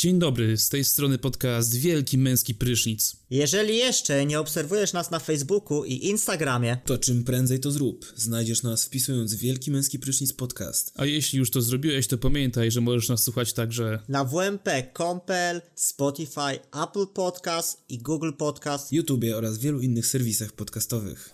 Dzień dobry, z tej strony podcast Wielki Męski Prysznic. Jeżeli jeszcze nie obserwujesz nas na Facebooku i Instagramie, to czym prędzej to zrób. Znajdziesz nas wpisując Wielki Męski Prysznic Podcast. A jeśli już to zrobiłeś, to pamiętaj, że możesz nas słuchać także na wmp.com.pl, Spotify, Apple Podcast i Google Podcast, YouTube oraz wielu innych serwisach podcastowych.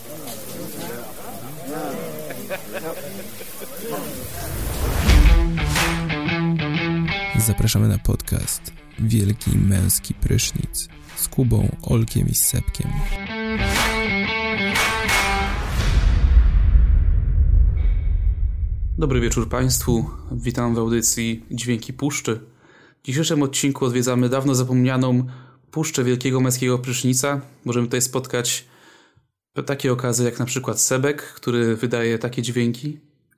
Zapraszamy na podcast Wielki Męski Prysznic z Kubą, Olkiem i Sepkiem. Dobry wieczór Państwu, witam w audycji Dźwięki Puszczy. W dzisiejszym odcinku odwiedzamy dawno zapomnianą Puszczę Wielkiego Męskiego Prysznica. Możemy tutaj spotkać takie okazy jak na przykład Sebek, który wydaje takie dźwięki.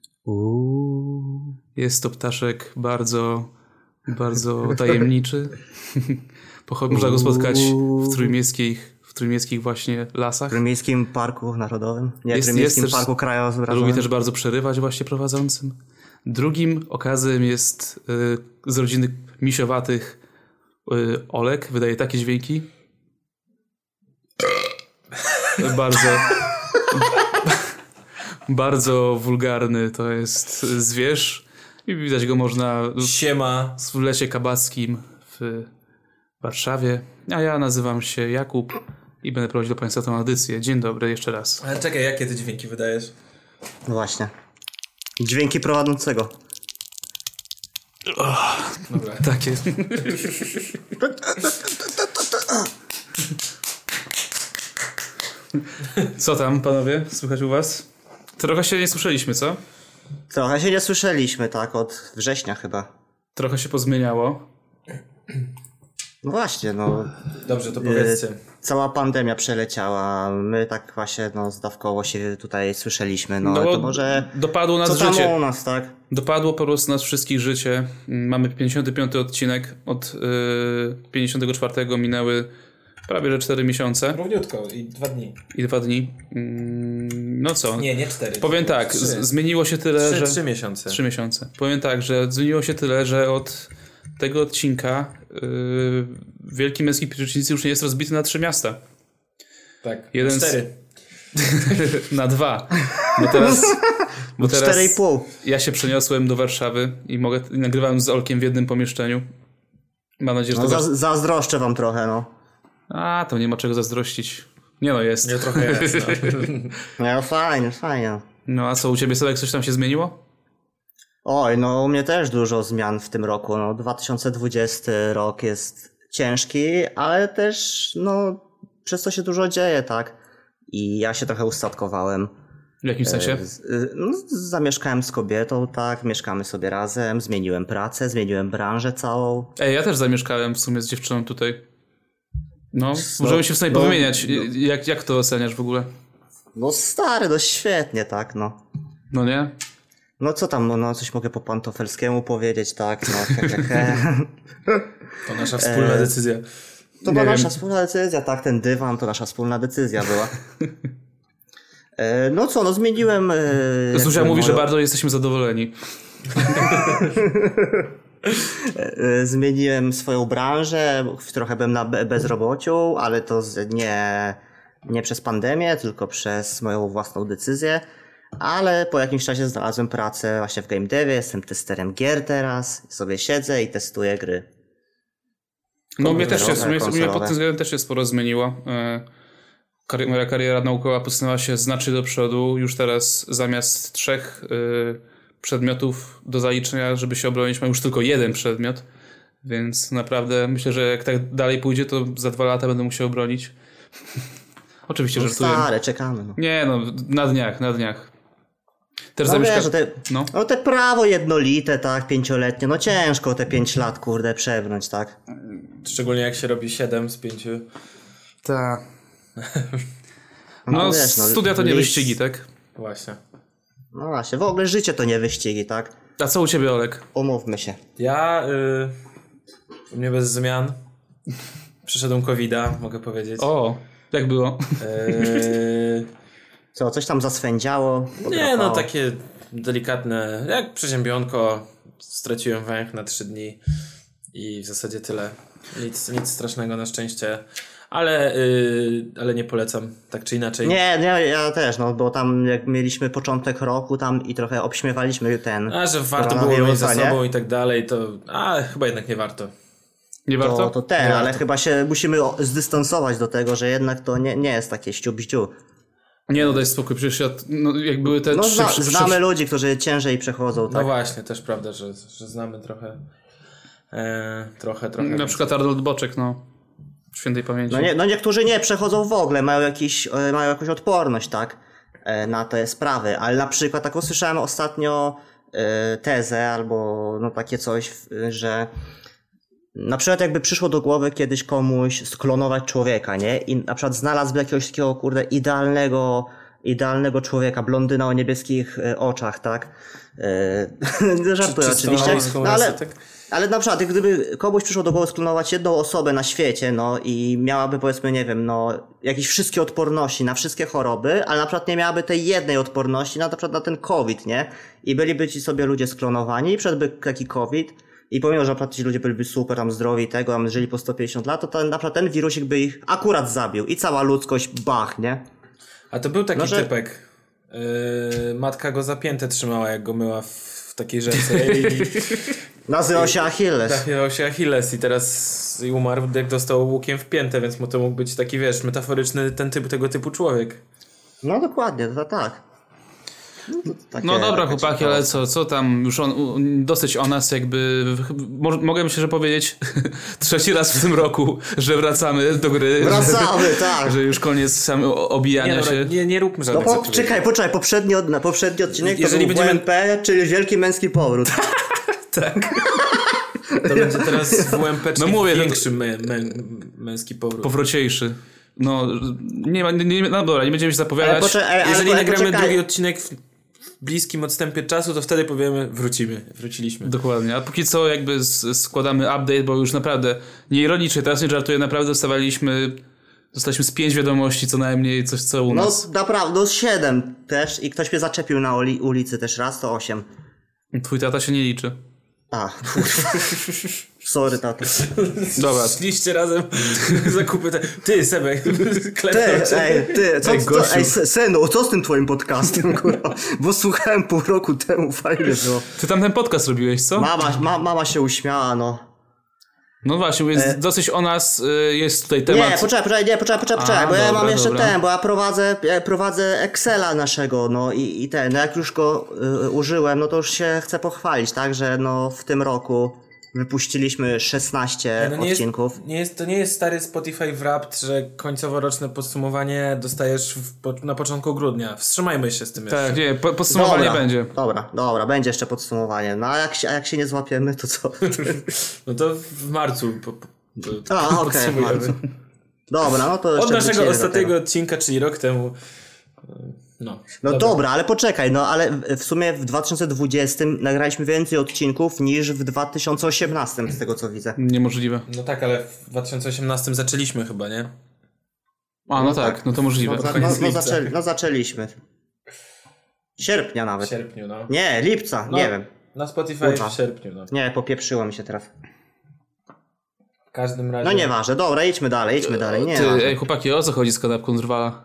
Jest to ptaszek bardzo tajemniczy. Można go spotkać w trójmiejskich właśnie lasach. W Trójmiejskim Parku Narodowym. Nie, w Trójmiejskim Parku Krajobrazowym. Lubi też bardzo przerywać właśnie prowadzącym. Drugim okazem jest z rodziny misiowatych Olek. Wydaje takie dźwięki. Bardzo wulgarny to jest zwierz. I widać go można w lesie kabackim w Warszawie. A ja nazywam się Jakub i będę prowadził do Państwa tę audycję. Dzień dobry jeszcze raz. Ale czekaj, jakie ty dźwięki wydajesz? No właśnie. Dźwięki prowadzącego. Dobra. Takie. Co tam, panowie? Słychać u was? Trochę się nie słyszeliśmy, co? Trochę się nie słyszeliśmy, tak, od września chyba. Trochę się pozmieniało. No właśnie, no. Dobrze, to powiedzcie. Cała pandemia przeleciała, my tak właśnie zdawkowo się tutaj słyszeliśmy, no to może dopadło nas co tam życie. u nas, tak? Dopadło po prostu nas wszystkich życie. Mamy 55. odcinek, od 54 minęły prawie że 4 miesiące. Równiutko i 2 dni. I 2 dni. No co? Nie 4. Powiem tak, zmieniło się tyle, że... 3 miesiące. 3 miesiące. Powiem tak, że zmieniło się tyle, że od tego odcinka Wielki Męski Prysznic już nie jest rozbity na 3 miasta. Tak, 4. Na 2. Bo teraz 4,5. ja się przeniosłem do Warszawy i nagrywałem z Olkiem w jednym pomieszczeniu. Mam nadzieję, że to... Zazdroszczę wam trochę, no. A, to nie ma czego zazdrościć. Nie no, jest. Nie, trochę jest, no. No fajnie. No a co, u ciebie Sebek coś tam się zmieniło? Oj, no u mnie też dużo zmian w tym roku. No 2020 rok jest ciężki, ale też przez to się dużo dzieje, tak? I ja się trochę ustatkowałem. W jakim sensie? Zamieszkałem z kobietą, tak? Mieszkamy sobie razem, zmieniłem pracę, zmieniłem branżę całą. Ja też zamieszkałem w sumie z dziewczyną tutaj. No, możemy się w stanie powymieniać. Jak to oceniasz w ogóle? No stary, no świetnie, tak, no. No nie? No co tam, coś mogę po pantofelskiemu powiedzieć, tak, no. To nasza wspólna decyzja. To była nasza wspólna decyzja, tak, ten dywan to nasza wspólna decyzja była. No co, zmieniłem... Zuzia mówi, że bardzo jesteśmy zadowoleni. Zmieniłem swoją branżę, trochę byłem na bezrobociu, ale to nie przez pandemię, tylko przez moją własną decyzję. Ale po jakimś czasie znalazłem pracę właśnie w game devie, jestem testerem gier teraz, sobie siedzę i testuję gry. No mnie pod tym względem też się sporo zmieniło. Moja kariera naukowa posunęła się znacznie do przodu. Już teraz zamiast 3 przedmiotów do zaliczenia, żeby się obronić, mam już tylko 1 przedmiot. Więc naprawdę myślę, że jak tak dalej pójdzie, to za 2 lata będę musiał bronić. Oczywiście żartuję. Stare, czekamy. No. Nie, na dniach. Też te prawo jednolite, tak, 5-letnie, ciężko te 5 lat, kurde, przebrnąć, tak? Szczególnie jak się robi 7 z 5. Tak. Studia to nie wyścigi, tak? Właśnie. No właśnie, w ogóle życie to nie wyścigi, tak? A co u ciebie, Olek? Umówmy się. Ja, u mnie bez zmian. Przeszedłem COVID-a, mogę powiedzieć. O, jak było? Co, coś tam zaswędziało? Nie, takie delikatne, jak przeziębionko. Straciłem węch na 3 dni I w zasadzie tyle. Nic strasznego na szczęście. Ale nie polecam, tak czy inaczej. Nie, ja też, no bo tam jak mieliśmy początek roku tam i trochę obśmiewaliśmy ten... A, że warto było mieć za sobą i tak dalej, to chyba jednak nie warto. Nie warto? To ten, ale chyba się musimy zdystansować do tego, że jednak to nie jest takie ściub-ściu. Nie, no daj spokój, przecież jak były te znamy ludzi, którzy ciężej przechodzą. Tak? No właśnie, też prawda, że znamy trochę. Na przykład Arnold Boczek, świętej pamięci. No niektórzy nie przechodzą w ogóle, mają jakąś odporność, tak? Na te sprawy, ale na przykład taką słyszałem ostatnio tezę albo takie coś, że na przykład jakby przyszło do głowy kiedyś komuś sklonować człowieka, nie? I na przykład znalazłby jakiegoś takiego idealnego człowieka, blondyna o niebieskich oczach, tak? Żartuję oczywiście. Ale na przykład gdyby komuś przyszło do głowy sklonować jedną osobę na świecie, i miałaby powiedzmy, nie wiem, jakieś wszystkie odporności na wszystkie choroby, ale na przykład nie miałaby tej jednej odporności na przykład na ten COVID, nie? I byliby ci sobie ludzie sklonowani i przyszedłby taki COVID i pomimo, że na przykład ci ludzie byliby super tam zdrowi i tego, żyli po 150 lat, to na przykład ten wirusik by ich akurat zabił i cała ludzkość bach, nie? A to był taki typek. Matka go za piętę trzymała, jak go myła w takiej rzece. Nazywał się Achilles. Nazywał się Achilles i teraz umarł, jak dostał łukiem w piętę, więc to mógł być taki, metaforyczny tego typu człowiek. No dokładnie, to tak. Dobra chłopaki, ale co tam już dosyć o nas jakby, mogę myślę, że powiedzieć trzeci raz w tym roku, że wracamy do gry. Wracamy, tak. Że już koniec obijania się. Nie róbmy żadnych Poczekaj, poprzedni odcinek to był WMP, czyli Wielki Męski Powrót. Tak. To będzie teraz WMP, czyli większy męski powrót. Powrociejszy. Dobra, nie będziemy się zapowiadać. Jeżeli nagramy drugi odcinek w bliskim odstępie czasu, to wtedy powiemy wróciliśmy. Dokładnie, a póki co jakby składamy update, bo już naprawdę nieironicznie, teraz nie żartuję, naprawdę dostaliśmy z 5 wiadomości co najmniej, coś co u nas. Naprawdę, 7 też i ktoś mnie zaczepił na ulicy też raz, to 8. Twój tata się nie liczy. Sorry, tato. Dobra. Szliście razem zakupy Ty, Sebek, synu, co z tym twoim podcastem, kurwa? Bo słuchałem pół roku temu, fajnie było. Ty tam ten podcast robiłeś, co? Mama się uśmiała, No właśnie, więc dosyć o nas jest tutaj temat. Nie, poczekaj, bo ja mam jeszcze bo ja prowadzę Excela naszego, i jak już go użyłem, to już się chcę pochwalić, tak, że w tym roku wypuściliśmy 16 odcinków. To nie jest stary Spotify Wrapped, że końcowo-roczne podsumowanie dostajesz na początku grudnia. Wstrzymajmy się z tym jeszcze. Tak, nie, podsumowanie będzie. Dobra, będzie jeszcze podsumowanie. No a jak się nie złapiemy, to co? No to w marcu okej, w marcu. Dobra, to jeszcze od naszego ostatniego odcinka, czyli rok temu. Dobra, ale poczekaj, ale w sumie w 2020 nagraliśmy więcej odcinków niż w 2018, z tego co widzę. Niemożliwe. No tak, ale w 2018 zaczęliśmy chyba, nie? Tak, to możliwe. Zaczęliśmy. Sierpnia nawet. W sierpniu, Nie, lipca, nie wiem. Na Spotify w sierpniu, Nie, popieprzyło mi się teraz. W każdym razie... Nieważne, dobra, idźmy dalej. Chłopaki, o co chodzi z kanapką Drwala?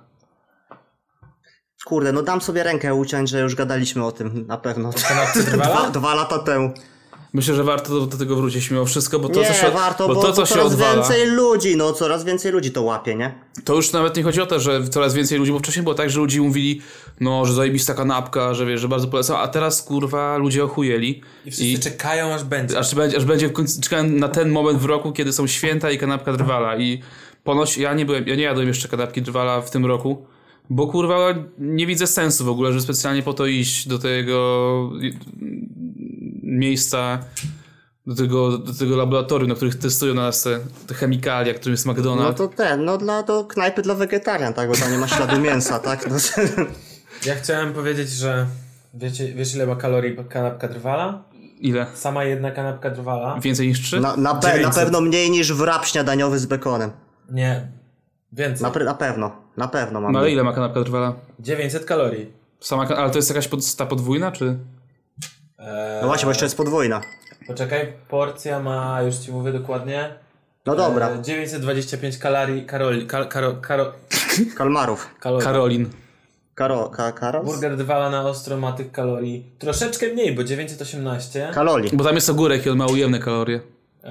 Kurde, dam sobie rękę uciąć, że już gadaliśmy o tym na pewno. Dwa lata temu. Myślę, że warto do tego wrócić mimo wszystko, bo to, co się coraz odwala... więcej ludzi to łapie, nie? To już nawet nie chodzi o to, że coraz więcej ludzi, bo wcześniej było tak, że ludzie mówili, że zajebista kanapka, że bardzo polecam, a teraz kurwa ludzie ochujeli. I wszyscy czekają aż będzie. Aż będzie w końcu, czekają na ten moment w roku, kiedy są święta i kanapka Drwala i ponoć ja nie jadłem jeszcze kanapki Drwala w tym roku. Bo kurwa nie widzę sensu w ogóle, że specjalnie po to iść do tego miejsca, do tego laboratorium, na których testują na nas te chemikalia, którym jest McDonald's. To knajpy dla wegetarian, tak, bo tam nie ma śladu mięsa, tak? Ja chciałem powiedzieć, że wiesz ile ma kalorii kanapka Drwala? Ile? Sama jedna kanapka Drwala. Więcej niż 3? Na pewno mniej niż wrap śniadaniowy z bekonem. Nie. Więcej. Na pewno mam. Ale ile ma kanapka Drwala? 900 kalorii. Ale to jest jakaś ta podwójna, czy? No właśnie, bo jeszcze jest podwójna. Poczekaj, porcja ma, już ci mówię dokładnie. No dobra. 925 kalorii. Kalmarów. Karolin. Karos? Burger Drwala na ostro ma tych kalorii troszeczkę mniej, bo 918. Kaloli. Bo tam jest ogórek i on ma ujemne kalorie.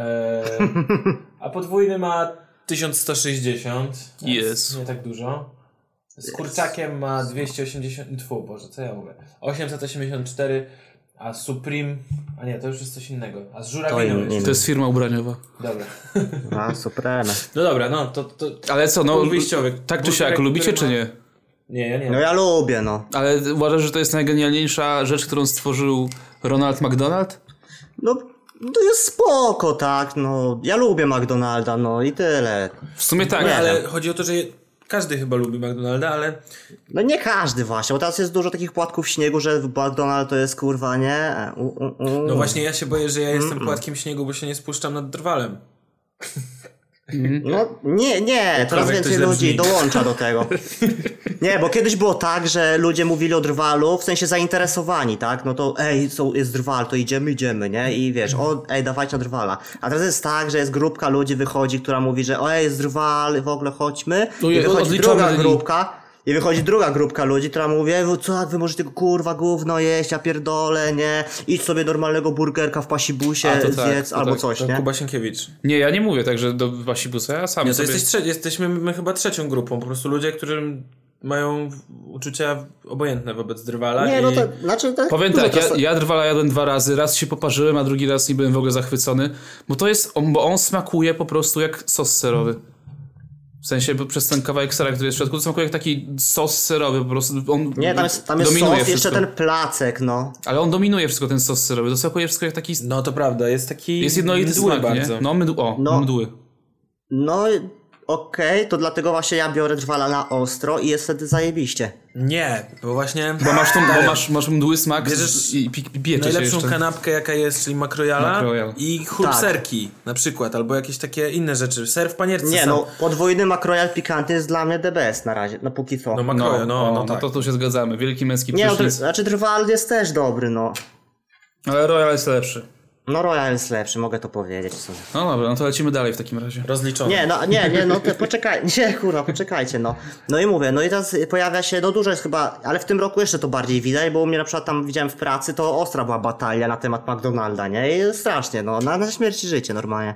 A podwójny ma 1160. Jest. Nie tak dużo. Z kurczakiem ma 280. Boże, co ja mówię? 884. A Supreme... A nie, to już jest coś innego. A z żurawiną To jest firma ubraniowa. Dobra. A, Supreme. No dobra, no to Ale co, no wyjściowy. tak czy siak, lubicie czy nie? Nie, ja nie. No ja lubię, no. Ale uważasz, że to jest najgenialniejsza rzecz, którą stworzył Ronald McDonald? No, to jest spoko, tak, no. Ja lubię McDonalda, no i tyle. W sumie tak. Nie, ale chodzi o to, że każdy chyba lubi McDonalda, ale... No nie każdy właśnie, bo teraz jest dużo takich płatków śniegu, że McDonald to jest kurwa, nie? No właśnie ja się boję, że ja jestem płatkiem śniegu, bo się nie spuszczam nad drwalem. No nie, coraz więcej ludzi dołącza do tego. Nie, bo kiedyś było tak, że ludzie mówili o drwalu, w sensie zainteresowani, tak? No to jest drwal, to idziemy, nie? I wiesz, dawajcie na drwala. A teraz jest tak, że jest grupka ludzi wychodzi, która mówi, że jest drwal, w ogóle chodźmy. No I wychodzi druga grupka. I wychodzi druga grupka ludzi, która mówi, co jak wy możecie tego kurwa gówno jeść, ja pierdolę, nie? Idź sobie normalnego burgerka w Pasibusie zjedz, albo coś, to nie? Kuba Sienkiewicz. Nie, ja nie mówię tak, że do Pasibusa, ja sam Nie, to sobie... jesteśmy my chyba trzecią grupą, po prostu ludzie, którzy mają uczucia obojętne wobec drwala. Nie, no to znaczy... Powiem tak, ja drwala jadłem 2 razy, raz się poparzyłem, a drugi raz nie byłem w ogóle zachwycony, bo on smakuje po prostu jak sos serowy. W sensie przez ten kawałek sera, który jest w środku, to smakuje jak taki sos serowy, po prostu on nie, tam jest sos, wszystko. jeszcze ten placek, no. Ale on dominuje wszystko, ten sos serowy, to smakuje wszystko jak taki... No to prawda, jest taki... Jest jednolity smak, bardzo. Nie? Mdły. No, okej, to dlatego właśnie ja biorę drwala na ostro i jest wtedy zajebiście. Nie, bo właśnie... Bo masz mdły smak i piecze się najlepszą jeszcze. kanapkę jaka jest, czyli makrojala Makrojal. i serki na przykład, albo jakieś takie inne rzeczy. Ser w panierce Nie, sam. no, podwójny makrojal pikantny jest dla mnie the best na razie, no póki co. No makrojal, no tak. To się zgadzamy. Wielki męski Nie, prysznic. znaczy drwal jest też dobry, no. Ale Royal jest lepszy. No Royal jest lepszy, mogę to powiedzieć sobie. No dobra, no to lecimy dalej w takim razie. Rozliczone. Nie, no to poczekajcie, no. No i mówię, no i teraz pojawia się, no dużo jest chyba, ale w tym roku jeszcze to bardziej widać, bo u mnie na przykład tam widziałem w pracy, to ostra była batalia na temat McDonalda, nie? I strasznie, no, na śmierć i życie normalnie.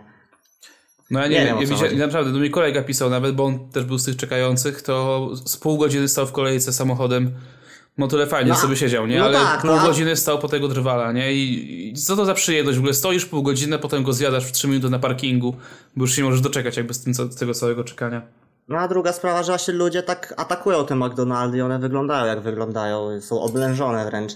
No ja nie wiem, naprawdę, do mnie kolega pisał nawet, bo on też był z tych czekających, to z pół godziny stał w kolejce samochodem. No tyle fajnie sobie siedział, nie? No ale tak, pół godziny stał po tego drwala, nie? I co to za przyjemność? W ogóle stoisz pół godziny, potem go zjadasz w 3 minuty na parkingu, bo już się nie możesz doczekać jakby z tego całego czekania. No a druga sprawa, że właśnie ludzie tak atakują te McDonaldy i one wyglądają jak wyglądają, są oblężone wręcz.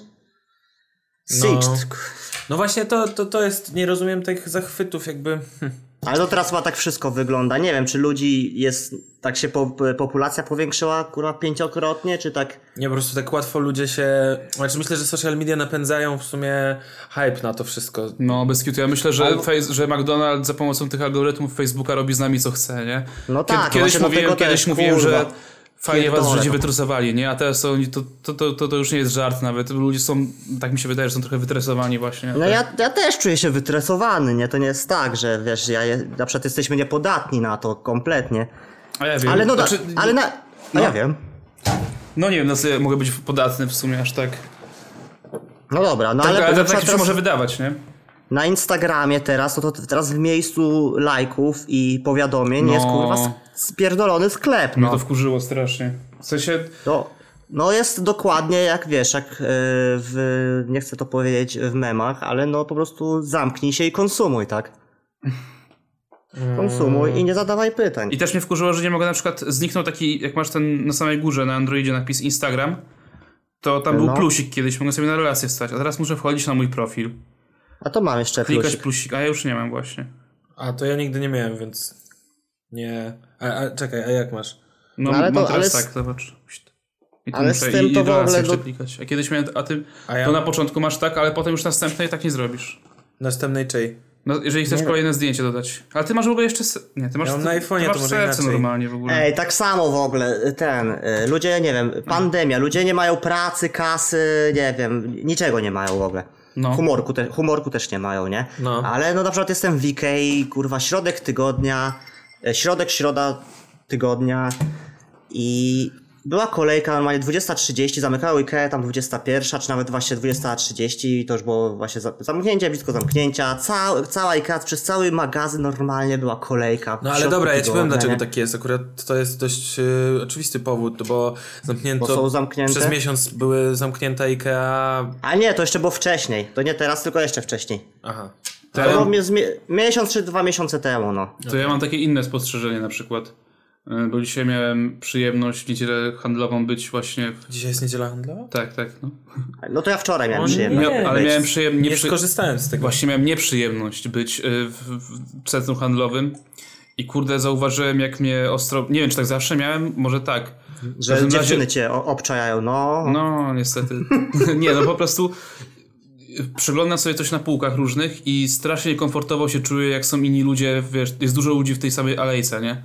No właśnie to jest, nie rozumiem tych zachwytów jakby... Ale to teraz chyba tak wszystko wygląda. Nie wiem, czy ludzi jest, tak się populacja powiększyła kurwa 5-krotnie, czy tak... Nie, po prostu tak łatwo ludzie się... Znaczy myślę, że social media napędzają w sumie hype na to wszystko. No bez kitu. Ja myślę, że McDonald's za pomocą tych algorytmów Facebooka robi z nami co chce, nie? No tak, kiedyś mówiłem, że fajnie was Żydzi wytresowali, nie? A teraz to już nie jest żart nawet. Ludzie są, tak mi się wydaje, że są trochę wytresowani właśnie. No ja też czuję się wytresowany, nie? To nie jest tak, że wiesz, na przykład jesteśmy niepodatni na to kompletnie. A ja wiem. Ale ja wiem. No nie wiem, ja mogę być podatny w sumie aż tak. No dobra, no tak, ale tak się może wydawać, nie? Na Instagramie teraz, teraz w miejscu lajków i powiadomień jest kurwa spierdolony sklep, no. Mnie to wkurzyło strasznie. W sensie... No jest dokładnie jak wiesz, jak nie chcę to powiedzieć w memach, ale no po prostu zamknij się i konsumuj, tak? Konsumuj i nie zadawaj pytań. I też mnie wkurzyło, że nie mogę na przykład, zniknął taki, jak masz ten na samej górze na Androidzie napis Instagram, to tam był plusik kiedyś, mogę sobie na relację wstać, a teraz muszę wchodzić na mój profil. A to mam jeszcze klikać plusik, a ja już nie mam właśnie. A to ja nigdy nie miałem, więc nie... Czekaj, a jak masz? No ale mam teraz tak, zobacz. I ale z tym to w ogóle... klikać. A kiedyś miałem, to na początku masz tak, ale potem już następnej tak nie zrobisz. Następnej czyj? No, jeżeli chcesz kolejne zdjęcie dodać. Ale ty masz w ogóle jeszcze... Nie, ty masz... Ja mam na iPhone'ie, to może serce inaczej. normalnie w ogóle. Ej, tak samo w ogóle, ludzie, nie wiem, pandemia, ludzie nie mają pracy, kasy, nie wiem, niczego nie mają w ogóle. No. Humorku też nie mają, nie? No. Ale no na przykład jestem w Ikei, kurwa, środa tygodnia i była kolejka normalnie 20:30, zamykały Ikeę tam 21, czy nawet właśnie 20:30 i to już było właśnie zamknięcie, blisko zamknięcia. Cała Ikea, przez cały magazyn normalnie była kolejka. No ale dobra, ja ci powiem dlaczego tak jest. Akurat to jest dość oczywisty powód, bo są zamknięte. Przez miesiąc były zamknięte Ikea. A nie, to jeszcze było wcześniej. To nie teraz, tylko jeszcze wcześniej. Aha. To ja miesiąc czy 2 miesiące temu, no. To ja mam takie inne spostrzeżenie na przykład. Bo dzisiaj miałem przyjemność w niedzielę handlową być właśnie... Dzisiaj jest niedziela handlowa? Tak, no. No to ja wczoraj miałem przyjemność. Ale miałem nie skorzystałem z tego. Właśnie miałem nieprzyjemność być w centrum handlowym i kurde zauważyłem jak mnie ostro... Nie wiem czy tak zawsze miałem, może tak. Że dziewczyny cię obczajają, no. No niestety. Nie, no po prostu przeglądam sobie coś na półkach różnych i strasznie komfortowo się czuję jak są inni ludzie, wiesz, jest dużo ludzi w tej samej alejce, nie?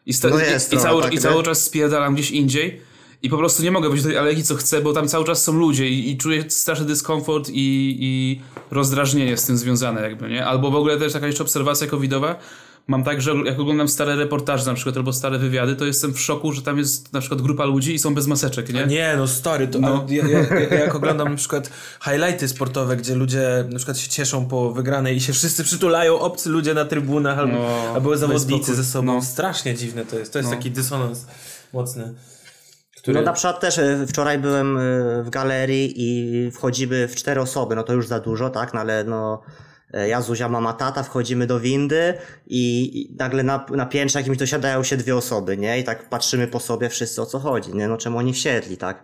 I cały czas spierdalam gdzieś indziej i po prostu nie mogę być do tej alejki co chcę, bo tam cały czas są ludzie i czuję straszny dyskomfort i rozdrażnienie z tym związane jakby, nie? Albo w ogóle też taka jeszcze obserwacja covidowa. Mam tak, że jak oglądam stare reportaże na przykład albo stare wywiady, to jestem w szoku, że tam jest na przykład grupa ludzi i są bez maseczek, nie? Nie, no stary, to no. Ja jak oglądam na przykład highlighty sportowe, gdzie ludzie na przykład się cieszą po wygranej i się wszyscy przytulają, obcy ludzie na trybunach albo zawodnicy ze sobą. Strasznie dziwne to jest. To jest taki dysonans mocny. No na przykład też wczoraj byłem w galerii i wchodzimy w 4 osoby, no to już za dużo, tak? No ale no... Ja, Zuzia, mama, tata, wchodzimy do windy i nagle na piętrze jakimś dosiadają się 2 osoby, nie? I tak patrzymy po sobie wszyscy o co chodzi, nie? No czemu oni wsiedli, tak?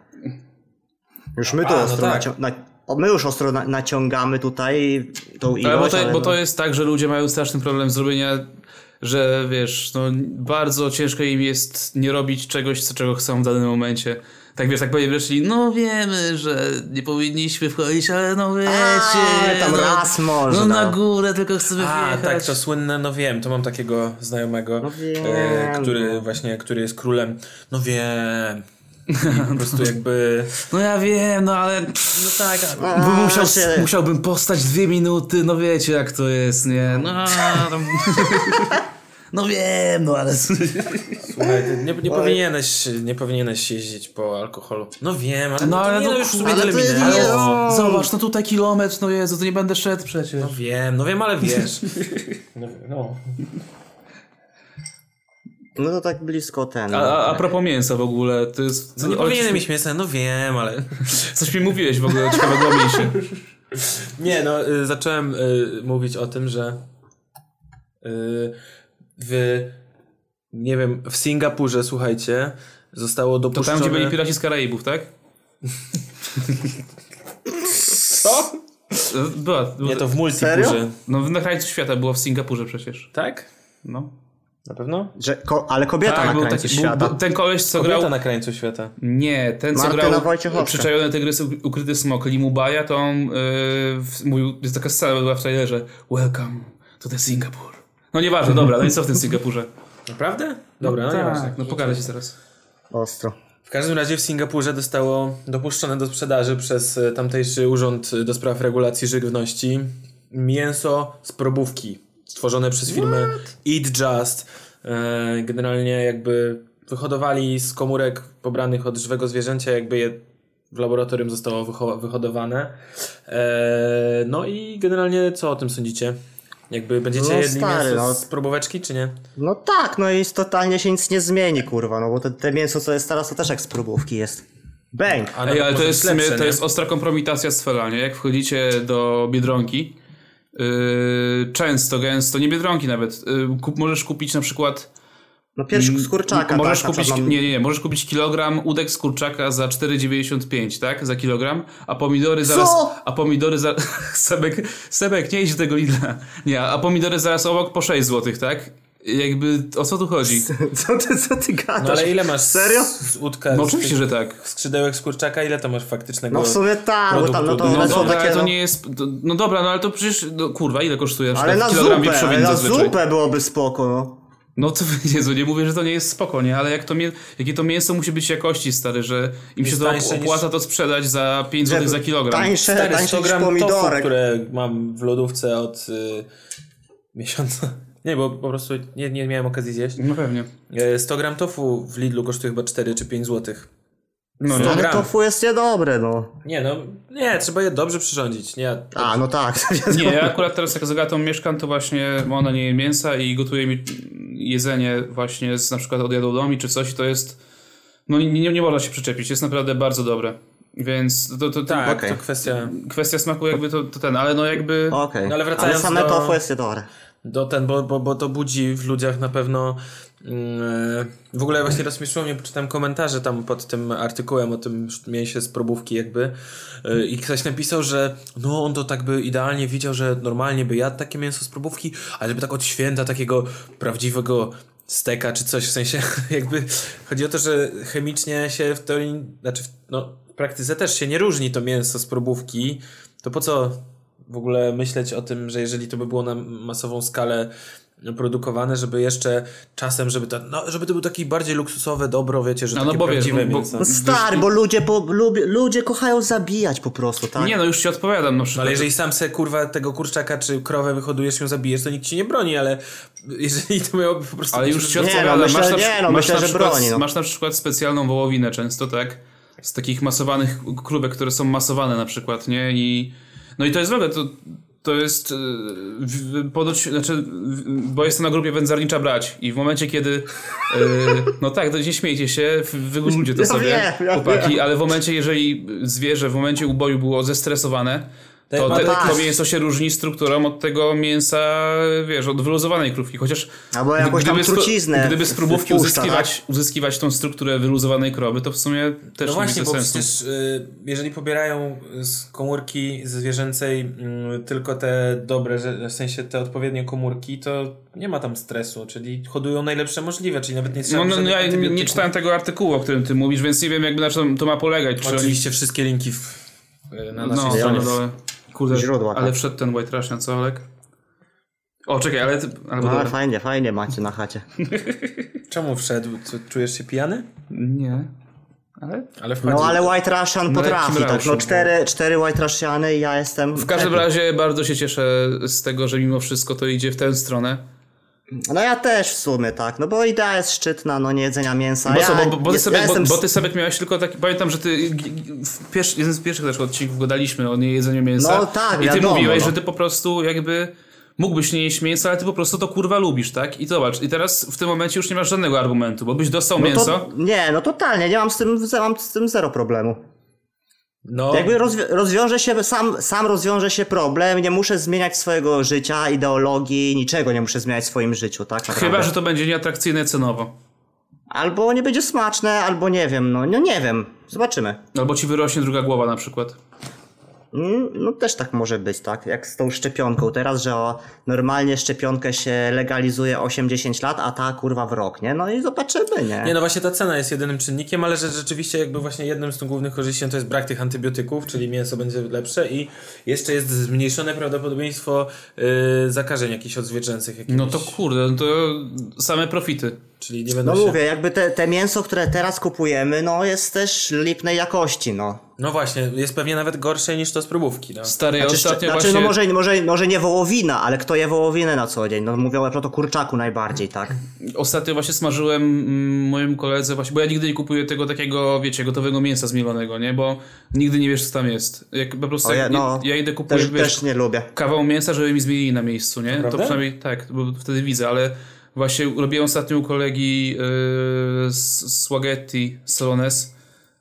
Już my tu my już ostro naciągamy tutaj tą ilość. Bo to jest tak, że ludzie mają straszny problem zrobienia, że wiesz, no bardzo ciężko im jest nie robić czegoś, czego chcą w danym momencie. Tak wiesz, tak powiem, weszli, no wiemy, że nie powinniśmy wchodzić, ale no wiecie. Tam raz można. No na górę tylko chcemy wjechać. Tak, to słynne, no wiem, to mam takiego znajomego, który jest królem. No wiem. I po prostu jakby... No ja wiem, no ale... No tak. Musiałbym postać 2 minuty, no wiecie jak to jest, nie? No... No wiem, no ale... Słuchaj, nie powinieneś jeździć po alkoholu. No wiem, ale no, ale to już sobie tyle minęło. Zobacz, no tutaj kilometr, no Jezu, to nie będę szedł przecież. No wiem, ale wiesz. No to tak blisko ten. A propos mięsa w ogóle, to jest... No nie powinienem mieć mięsa, no wiem, ale... Coś mi mówiłeś w ogóle ciekawego o mięsie. Nie, no zacząłem mówić o tym, że w Singapurze, słuchajcie, zostało dopuszczone... To tam, gdzie byli piraci z Karaibów, tak? Co? Była. Nie, to w Multipurze. No na krańcu świata było w Singapurze przecież. Tak? No. Na pewno? Ale kobieta tak, na krańcu świata. Ten koleś, co kobieta grał... na krańcu świata. Nie, ten co grał Przyczajone tygrysy, ukryty smok, Limu Baja, to on mówił, jest taka scena była w trailerze, welcome to the Singapore. No nieważne, dobra, no i co w tym Singapurze? Naprawdę? Dobra, no tak, nieważne. No pokażę ci zaraz. Ostro. W każdym razie w Singapurze zostało dopuszczone do sprzedaży przez tamtejszy Urząd do Spraw Regulacji Żywności mięso z probówki stworzone przez firmę Eat Just. Generalnie jakby wyhodowali z komórek pobranych od żywego zwierzęcia, jakby je w laboratorium zostało wyhodowane. No i generalnie co o tym sądzicie? Jakby będziecie jedli mięso z probóweczki, czy nie? No tak, no i totalnie się nic nie zmieni, kurwa, no bo te mięso, co jest teraz, to też jak z probówki jest. Bang! Ale to jest ostra kompromitacja z Fela, nie? Jak wchodzicie do Biedronki, często, gęsto, nie Biedronki nawet, możesz kupić na przykład... No pierś z kurczaka. Możesz kupić, nie, możesz kupić kilogram udek z kurczaka za 4,95, tak? Za kilogram, a pomidory zaraz... Co? A pomidory za... Sebek, nie idź do tego Lidla. Nie, a pomidory zaraz obok po 6 zł, tak? Jakby, o co tu chodzi? Co ty gadasz? No ale ile masz? Serio? Z łódka, no oczywiście, że tak. Skrzydełek z kurczaka, ile to masz faktycznego? No w sumie tak, bo tam to nie jest... No dobra, no ale to przecież, kurwa, ile kosztuje? Ale na zupę byłoby spoko, no. No to Jezu, nie mówię, że to nie jest spoko, nie? Ale jakie to mięso musi być jakości, stary, że im się to opłaca to sprzedać za 5 zł za kilogram. Tańsze 100 gram tofu, które mam w lodówce od miesiąca. Nie, bo po prostu nie miałem okazji zjeść. No pewnie. 100 gram tofu w Lidlu kosztuje chyba 4 czy 5 zł. No, ale tofu jest niedobre, no. Nie, trzeba je dobrze przyrządzić. No tak. Nie, ja akurat teraz jak z Agatą mieszkam, to właśnie ona nie je mięsa i gotuje mi jedzenie właśnie na przykład od jadłodomi czy coś i to jest, no nie można się przyczepić, jest naprawdę bardzo dobre. Więc to kwestia smaku jakby to ten, ale no jakby... Okej, no, ale wracając same tofu jest niedobre. Bo to budzi w ludziach na pewno w ogóle właśnie rozśmieszyło mnie, poczytałem komentarze tam pod tym artykułem o tym mięsie z probówki jakby i ktoś napisał, że no on to tak by idealnie widział, że normalnie by jadł takie mięso z probówki, ale żeby tak od święta takiego prawdziwego steka czy coś, w sensie jakby chodzi o to, że chemicznie się w teorii, znaczy w praktyce też się nie różni to mięso z probówki, to po co w ogóle myśleć o tym, że jeżeli to by było na masową skalę produkowane, żeby jeszcze czasem, żeby to był taki bardziej luksusowe dobro, wiecie, że takie prawdziwe mięso. No stary, bo ludzie kochają zabijać po prostu, tak? Nie, no już ci odpowiadam. No, ale jeżeli sam se kurwa tego kurczaka czy krowę wyhodujesz, ją zabijesz, to nikt ci nie broni, ale jeżeli to miałoby po prostu... Ale już ci odpowiadam. Myślę, że broni. Masz na przykład specjalną wołowinę często, tak? Z takich masowanych krówek, które są masowane na przykład, nie? No i to jest w ogóle, to jest ponoć, znaczy, bo jestem na grupie Wędzarnicza Brać i w momencie, kiedy no tak, nie śmiejcie się, wygooglujcie to sobie, chłopaki, ale w momencie, jeżeli zwierzę w momencie uboju było zestresowane, to mięso się różni strukturą od tego mięsa, wiesz, od wyluzowanej krówki, chociaż albo jakąś tam truciznę. Gdyby z próbówki uzyskiwać tą strukturę wyluzowanej krowy, to w sumie też no właśnie, bo sensu. Przecież jeżeli pobierają z komórki zwierzęcej tylko te dobre, w sensie te odpowiednie komórki, to nie ma tam stresu, czyli hodują najlepsze możliwe, czyli nawet nie trzeba... ja nie czytałem tego artykułu, o którym ty mówisz, więc nie wiem jakby na czym to ma polegać. Oczywiście wszystkie linki na naszej stronie dole. Kurde, źródła, ale wszedł ten White Russian, co Olek? O, czekaj, ale... Fajnie macie na chacie. Czemu wszedł? Czujesz się pijany? Nie. Ale White Russian potrafi, tak? No 4 White Russiany i ja jestem... W każdym razie bardzo się cieszę z tego, że mimo wszystko to idzie w tę stronę. No ja też w sumie, tak, no bo idea jest szczytna, no nie jedzenia mięsa. Bo ty sobie miałeś tylko taki, pamiętam, że ty jeden z pierwszych też odcinków gadaliśmy o niejedzeniu mięsa. No tak, i ty wiadomo, mówiłeś, że ty po prostu jakby mógłbyś nie jeść mięsa, ale ty po prostu to kurwa lubisz, tak? I zobacz, i teraz w tym momencie już nie masz żadnego argumentu, bo byś dostał mięso. Nie, totalnie, nie mam z tym zero problemu. No. Jakby rozwiąże się, sam rozwiąże się problem, nie muszę zmieniać swojego życia, ideologii, niczego nie muszę zmieniać w swoim życiu, tak? Chyba, że to będzie nieatrakcyjne cenowo. Albo nie będzie smaczne, albo nie wiem, no nie wiem, zobaczymy. Albo ci wyrośnie druga głowa na przykład. No też tak może być, tak? Jak z tą szczepionką teraz, że normalnie szczepionkę się legalizuje 8-10 lat, a ta kurwa w rok, nie? No i zobaczymy, nie? Nie, no właśnie ta cena jest jedynym czynnikiem, ale że rzeczywiście jakby właśnie jednym z tych głównych korzyści to jest brak tych antybiotyków, czyli mięso będzie lepsze i jeszcze jest zmniejszone prawdopodobieństwo zakażeń jakichś odzwierzęcych. No to kurde, to same profity. Czyli nie będą mówię, jakby te mięso, które teraz kupujemy, no jest też lipnej jakości, no. No właśnie, jest pewnie nawet gorsze niż to z próbówki, no. Stary, ostatnio właśnie... no może nie wołowina, ale kto je wołowinę na co dzień? No mówią o to kurczaku najbardziej, tak? Ostatnio właśnie smażyłem mojemu koledze właśnie, bo ja nigdy nie kupuję tego takiego, wiecie, gotowego mięsa zmielonego, nie? Bo nigdy nie wiesz, co tam jest. Jak po prostu ja idę kupuję, też nie lubię. Kawał mięsa, żeby mi zmielili na miejscu, nie? To przynajmniej tak, bo wtedy widzę, ale właśnie robiłem ostatnio u kolegi spaghetti Solones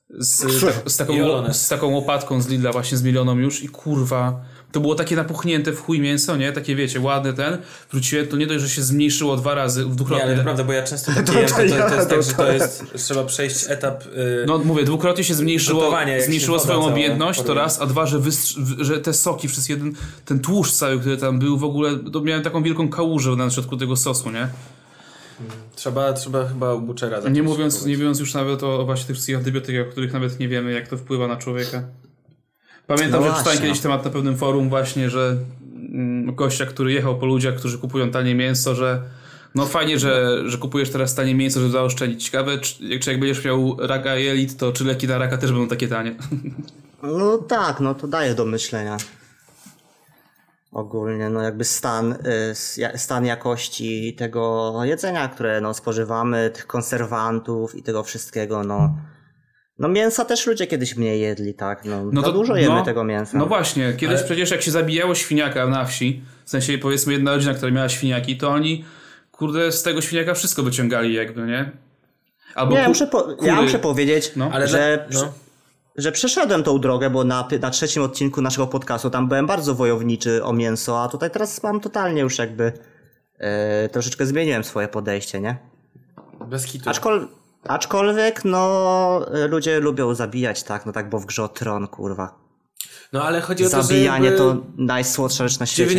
z taką łopatką z Lidla właśnie zmieloną już i kurwa, to było takie napuchnięte w chuj mięso, nie? Takie wiecie, ładne wróciłem, to nie dość, że się zmniejszyło 2 razy, dwukrotnie. Nie, ale prawda, bo ja często tak jem, to jest tak, że to jest, trzeba przejść etap no mówię, dwukrotnie się zmniejszyło swoją objętność, to raz, a 2, że te soki, przez ten tłuszcz cały, który tam był w ogóle, to miałem taką wielką kałużę na środku tego sosu, nie? Trzeba chyba u Butchera. Nie mówiąc już nawet o właśnie tych wszystkich antybiotykach, o których nawet nie wiemy, jak to wpływa na człowieka. Pamiętam, że czytałem kiedyś temat na pewnym forum właśnie, że gościa, który jechał po ludziach, którzy kupują tanie mięso, że No fajnie, że kupujesz teraz tanie mięso, żeby zaoszczędzić. Ciekawe, czy jak będziesz miał raka jelit, to czy leki na raka też będą takie tanie? No tak, no to daje do myślenia. Ogólnie, no jakby stan jakości tego jedzenia, które no spożywamy, tych konserwantów i tego wszystkiego, no mięsa też ludzie kiedyś mniej jedli, tak? No to dużo jemy tego mięsa. No właśnie, kiedyś przecież jak się zabijało świniaka na wsi, w sensie powiedzmy jedna rodzina, która miała świniaki, to oni, kurde, z tego świniaka wszystko wyciągali jakby, nie? Albo ja muszę powiedzieć, że przeszedłem tą drogę, bo na 3. odcinku naszego podcastu tam byłem bardzo wojowniczy o mięso, a tutaj teraz mam totalnie już jakby troszeczkę zmieniłem swoje podejście, nie? Bez kitu. Aczkolwiek, no, ludzie lubią zabijać, tak, no tak, bo w grze o Tron, kurwa. No ale chodzi o to, że zabijanie to najsłodsza rzecz na świecie.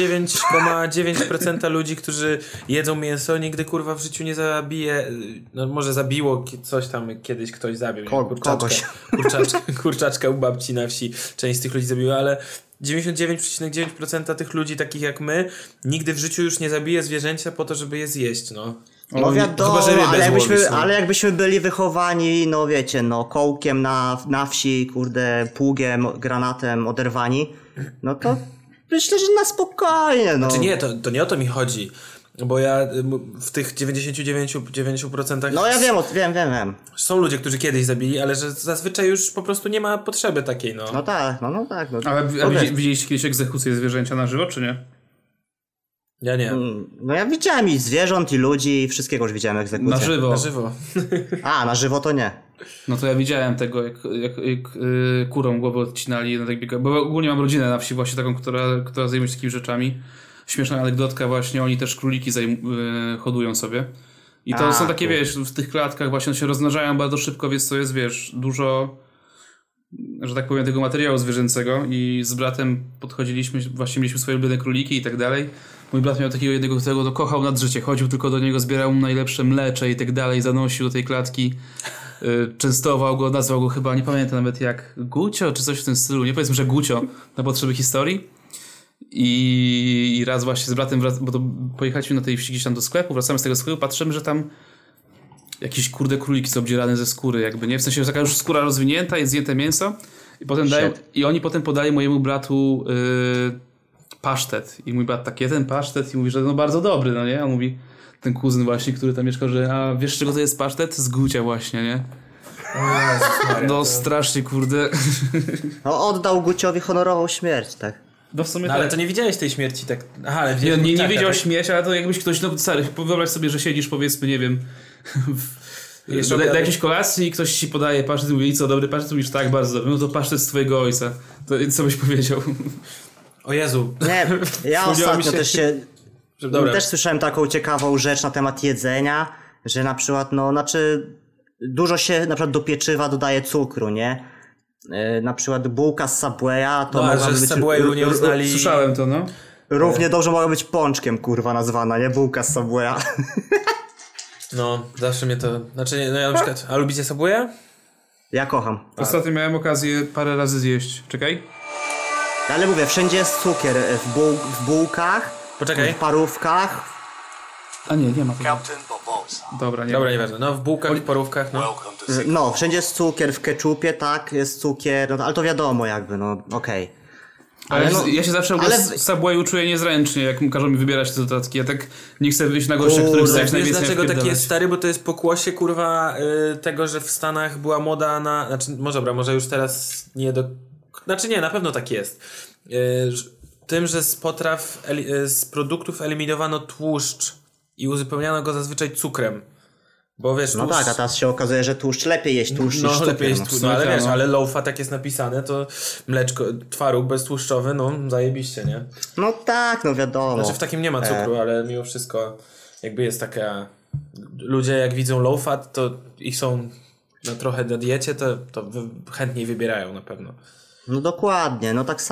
99,9% ludzi, którzy jedzą mięso, nigdy kurwa w życiu nie zabije. No może zabiło coś tam, kiedyś ktoś zabił. Kurczaczka u babci na wsi. Część z tych ludzi zabiła, ale 99,9% tych ludzi, takich jak my, nigdy w życiu już nie zabije zwierzęcia po to, żeby je zjeść, no. No wiadomo, ale jakbyśmy byli wychowani, no wiecie, no kołkiem na wsi, kurde, pługiem, granatem oderwani, no to myślę, że na spokojnie, no. Znaczy nie, to nie o to mi chodzi, bo ja w tych 99% no ja wiem. Są ludzie, którzy kiedyś zabili, ale że zazwyczaj już po prostu nie ma potrzeby takiej, no. No tak, no tak. No. Ale widzieliście kiedyś egzekucję zwierzęcia na żywo, czy nie? Ja nie. No ja widziałem i zwierząt, i ludzi, i wszystkiego już widziałem egzekucję. Na żywo. A, na żywo to nie. No to ja widziałem tego, jak kurą głowę odcinali. Bo ogólnie mam rodzinę na wsi właśnie taką, która zajmuje się takimi rzeczami. Śmieszna anegdotka właśnie, oni też króliki hodują sobie. I to są takie, wiesz, w tych klatkach właśnie się rozmnażają bardzo szybko, więc to jest, wiesz, dużo, że tak powiem, tego materiału zwierzęcego i z bratem podchodziliśmy, właśnie mieliśmy swoje ulubione króliki i tak dalej. Mój brat miał takiego jednego, którego to kochał nad życie, chodził tylko do niego, zbierał mu najlepsze mlecze i tak dalej, zanosił do tej klatki, częstował go, nazwał go chyba, nie pamiętam nawet jak, Gucio czy coś w tym stylu, nie powiedzmy, że Gucio na potrzeby historii. I raz właśnie z bratem, bo to pojechaliśmy na tej wsi gdzieś tam do sklepu, wracamy z tego sklepu, patrzymy, że tam jakieś kurde króliki są obdzierane ze skóry jakby, nie? W sensie, że taka już skóra rozwinięta, jest zjęte mięso i potem oni potem podali mojemu bratu pasztet i mój brat tak je ten pasztet i mówi, że no bardzo dobry, no nie? A on mówi, ten kuzyn właśnie, który tam mieszkał, że a wiesz czego to jest pasztet? Z Gucia właśnie, nie? No strasznie kurde. No oddał Guciowi honorową śmierć, tak. No w sumie ale to nie widziałeś tej śmierci, tak? Aha, ale nie widział śmierci, ale to jakbyś ktoś, no stary, wyobraź sobie, że siedzisz powiedzmy, nie wiem, do jakiejś kolacji i ktoś ci podaje pasztet i mówi, co, dobry pasztet? Mówisz, tak, bardzo dobry, no to pasztet z twojego ojca. To co byś powiedział? O Jezu. Nie, ja ostatnio też słyszałem taką ciekawą rzecz na temat jedzenia, że na przykład, dużo się na przykład do pieczywa dodaje cukru, nie? Na przykład bułka z Subwaya to mogła być... Subwayu nie uznali... Słyszałem to, no. Równie dobrze mogła być pączkiem, kurwa, nazwana, nie? Bułka z Subwaya. No, zawsze mnie to... Znaczy, no ja na przykład... A lubicie Subwaya? Ja kocham. Ostatnio miałem okazję parę razy zjeść. Czekaj. Ale mówię, wszędzie jest cukier. W bułkach, poczekaj, w parówkach. A nie ma tego. Dobra, nieważne. No w bułkach, w parówkach, no. No, wszędzie jest cukier, w keczupie, tak, jest cukier, no, ale to wiadomo jakby, no okej. Ale ja się zawsze w Subwayu czuję niezręcznie, jak każą mi wybierać te dodatki. Ja tak nie chcę wyjść na gościa, który chce jak najwięcej. Dlaczego taki jest stary? Bo to jest pokłosie, kurwa, tego, że w Stanach była moda na... Znaczy, może już teraz nie do... Znaczy nie, na pewno tak jest. Tym, że z produktów eliminowano tłuszcz i uzupełniano go zazwyczaj cukrem. Bo wiesz, no tak, a teraz się okazuje, że tłuszcz lepiej jeść tłuszcz niż cukier. Lepiej jeść tłuszcz, ale wiesz, ale low fat jak jest napisane, to mleczko, twaróg beztłuszczowy, no zajebiście, nie? No tak, no wiadomo. Znaczy w takim nie ma cukru, ale mimo wszystko jakby jest taka... Ludzie jak widzą low fat, to i są trochę na diecie, to chętniej wybierają na pewno. No dokładnie, no tak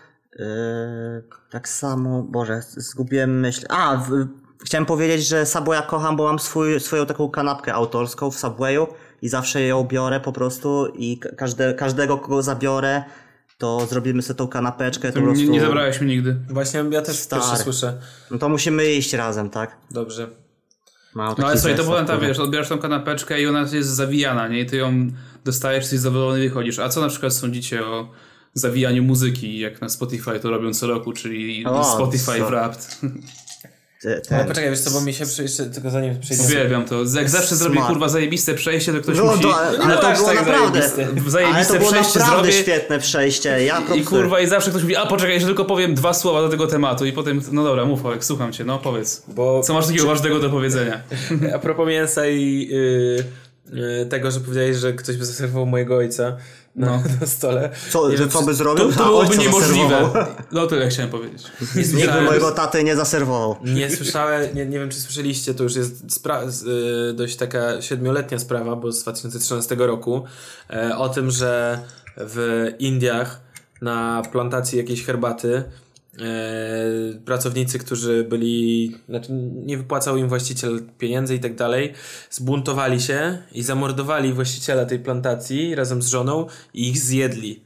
samo, Boże, zgubiłem myśl. Chciałem powiedzieć, że Subwaya kocham, bo mam swoją taką kanapkę autorską w Subwayu i zawsze ją biorę po prostu i każdego kogo zabiorę, to zrobimy sobie tą kanapeczkę. To po prostu... nie zabrałeś mi nigdy. Właśnie ja też pierwszy słyszę. No to musimy iść razem, tak? Dobrze. No ale słuchaj, to powiem tam, wiesz, odbierasz tą kanapeczkę i ona jest zawijana, nie? I ty ją dostajesz, jesteś zadowolony i wychodzisz. A co na przykład sądzicie o zawijaniu muzyki, jak na Spotify to robią co roku, czyli Spotify Wrapped? Ale poczekaj, wiesz co, bo mi się jeszcze, tylko zanim przejdzie... Uwielbiam to. Jak zawsze zrobię kurwa zajebiste przejście, to ktoś musi... Ale to było naprawdę zajebiste przejście zrobię. Świetne przejście. I kurwa, i zawsze ktoś mówi, a poczekaj, jeszcze tylko powiem 2 słowa do tego tematu i potem, no dobra, mów Olek, słucham cię, no powiedz. Co masz takiego ważnego do powiedzenia? A propos mięsa i tego, że powiedziałeś, że ktoś by zaserwował mojego ojca na stole. Co by zrobił? To byłoby niemożliwe. No tyle chciałem powiedzieć. Nikt by mojego taty nie zaserwował. Nie słyszałem, nie wiem czy słyszeliście, to już jest dość taka 7-letnia sprawa, bo z 2013 roku, o tym, że w Indiach na plantacji jakiejś herbaty pracownicy, którzy byli, znaczy nie wypłacał im właściciel pieniędzy i tak dalej, zbuntowali się i zamordowali właściciela tej plantacji razem z żoną i ich zjedli.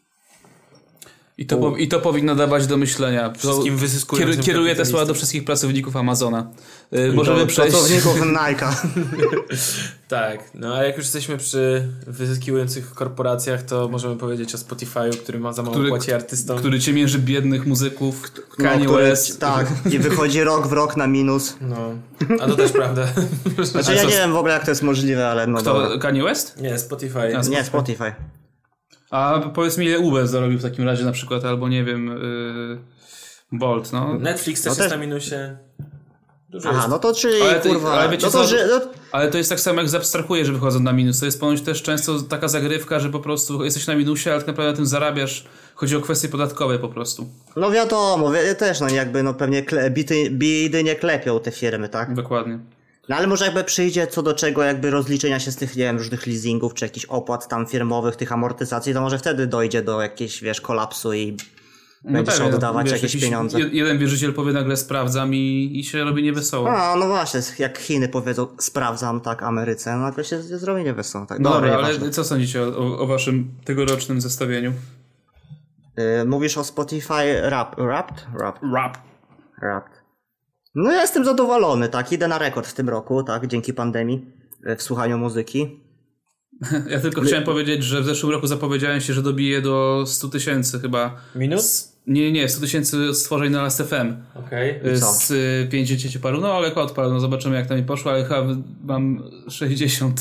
I to powinno dawać do myślenia. Wszystkim wyzyskującym Kieruję te słowa do wszystkich pracowników Amazona. Możemy przejść... Pracowników Nike'a. Tak, no a jak już jesteśmy przy wyzyskiwujących korporacjach, to możemy powiedzieć o Spotify'u, który ma za mało płaci artystom. Który ciemięży biednych muzyków, Kanye West. Tak, i wychodzi rok w rok na minus. No, a to też prawda. Znaczy ja nie wiem w ogóle jak to jest możliwe, ale no Kto, dobra. Kanye West? Nie, Spotify. Nie, Spotify. A powiedz mi, ile Uber zarobił w takim razie na przykład, albo nie wiem, Bolt, no. Netflix też jest na minusie. Dużo Aha, jest. no to czyli kurwa... Ale wiecie ale to jest tak samo jak zabstrahuje, że wychodzą na minus. To jest ponoć też często taka zagrywka, że po prostu jesteś na minusie, ale tak naprawdę na tym zarabiasz. Chodzi o kwestie podatkowe po prostu. No wiadomo, też no jakby no pewnie bidy nie klepią te firmy, tak? Dokładnie. No ale może jakby przyjdzie co do czego jakby rozliczenia się z tych, nie wiem, różnych leasingów, czy jakichś opłat tam firmowych, tych amortyzacji, to może wtedy dojdzie do jakiejś, wiesz, kolapsu i będziesz oddawać jakieś pieniądze. Jeden wierzyciel powie nagle sprawdzam i się robi niewesoło. A, no właśnie, jak Chiny powiedzą sprawdzam, tak, Ameryce, no nagle się zrobi niewesoło. Tak. Dobra, ale co sądzicie o waszym tegorocznym zestawieniu? Mówisz o Spotify Wrapped? Wrapped. No ja jestem zadowolony, tak, idę na rekord w tym roku, tak, dzięki pandemii, w słuchaniu muzyki. Ja tylko chciałem powiedzieć, że w zeszłym roku zapowiedziałem się, że dobiję do 100 000 chyba. Minut? Nie, 100 000 stworzeń na Last.fm. Okej. Z 50 paru, no ale odparu, no zobaczymy jak to mi poszło, ale chyba mam 60.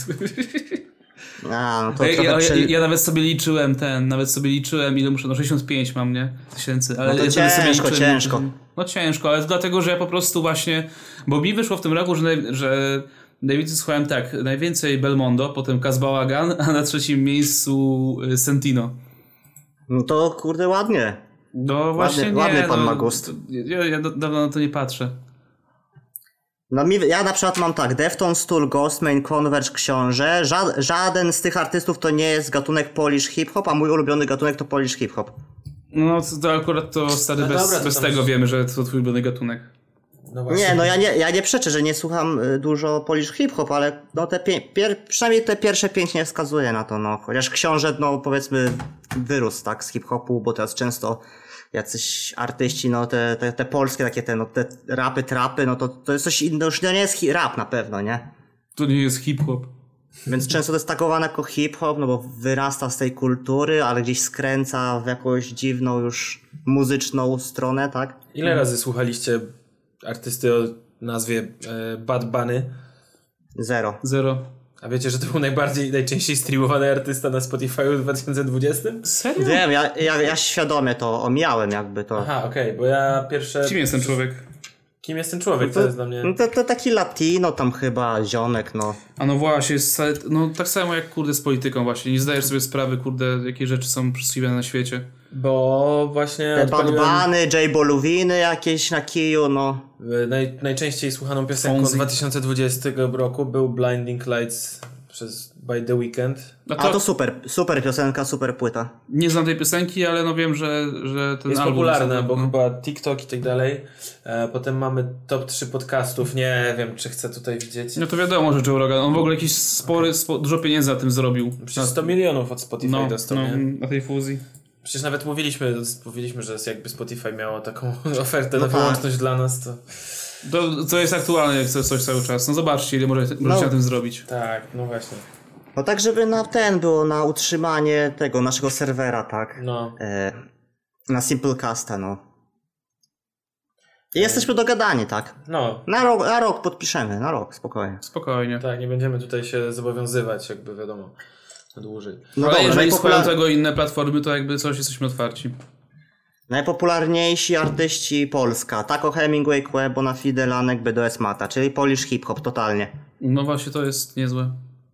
A, no to ja nawet sobie liczyłem ile muszę, no 65 mam, nie? 1000, ale no to ja ciężko. No ciężko, ale to dlatego, że ja po prostu właśnie, bo mi wyszło w tym roku, że najwięcej słuchałem tak, najwięcej Belmondo, potem Kazbałagan, a na trzecim miejscu Sentino. No to kurde ładnie. No właśnie ładny pan ma gust. Ja dawno na to nie patrzę. No ja na przykład mam tak, Deftones, Tool, Ghostman, Converge, Książę. Żaden z tych artystów to nie jest gatunek Polish hip-hop, a mój ulubiony gatunek to Polish hip-hop. No to akurat to stary, no bez tego wiemy, że to twój ulubiony gatunek. No właśnie. Nie, no ja nie przeczę, że nie słucham dużo Polish hip-hop, ale no przynajmniej te pierwsze 5 nie wskazuje na to, no. Chociaż Książę, no powiedzmy, wyrósł, tak, z hip-hopu, bo teraz często jacyś artyści, no te polskie takie te rapy, trapy, no to jest coś innego, już nie jest rap na pewno, nie? To nie jest hip-hop. Więc często to jest tagowane jako hip-hop, no bo wyrasta z tej kultury, ale gdzieś skręca w jakąś dziwną już muzyczną stronę, tak? Ile razy słuchaliście artysty o nazwie Bad Bunny? Zero. A wiecie, że to był najczęściej streamowany artysta na Spotify w 2020? Serio? Wiem, ja świadomie to omijałem jakby to. Aha, okej, bo ja pierwsze... Kim jest ten człowiek? Kim jest ten człowiek? To jest dla mnie... No to taki latino tam chyba, ziomek, no. A no właśnie, no tak samo jak kurde z polityką właśnie. Nie zdajesz sobie sprawy, kurde, jakie rzeczy są przysługiwane na świecie. Bo właśnie... Te Bad Bunny, J Balviny jakieś na kiju, no. Najczęściej słuchaną piosenką 2020 roku był Blinding Lights by The Weeknd. To super piosenka, super płyta. Nie znam tej piosenki, ale no wiem, że ten jest album popularna, bo chyba TikTok i tak dalej. Potem mamy top 3 podcastów. Nie wiem, czy chcę tutaj widzieć. No to wiadomo, że Joe Rogan. On w ogóle jakiś dużo pieniędzy na tym zrobił. Przecież 100 milionów od Spotify dostał, nie? Na tej fuzji. Przecież nawet mówiliśmy, że jakby Spotify miało taką ofertę na wyłączność dla nas, to... To jest aktualne, jak coś cały czas. No zobaczcie, ile możecie na tym zrobić. Tak, no właśnie. No tak, żeby było na utrzymanie tego naszego serwera, tak? No. Na Simplecasta, no. I jesteśmy dogadani, tak? No. Na rok podpiszemy, na rok, spokojnie. Spokojnie. Tak, nie będziemy tutaj się zobowiązywać, jakby wiadomo, na dłużej. No ale jeżeli słuchają tego inne platformy, to jakby coś jesteśmy otwarci. Najpopularniejsi artyści Polska. Taco Hemingway, Quebo, Na Fide, Lanek, BDS Mata, czyli Polish hip-hop totalnie. No właśnie, to jest niezłe.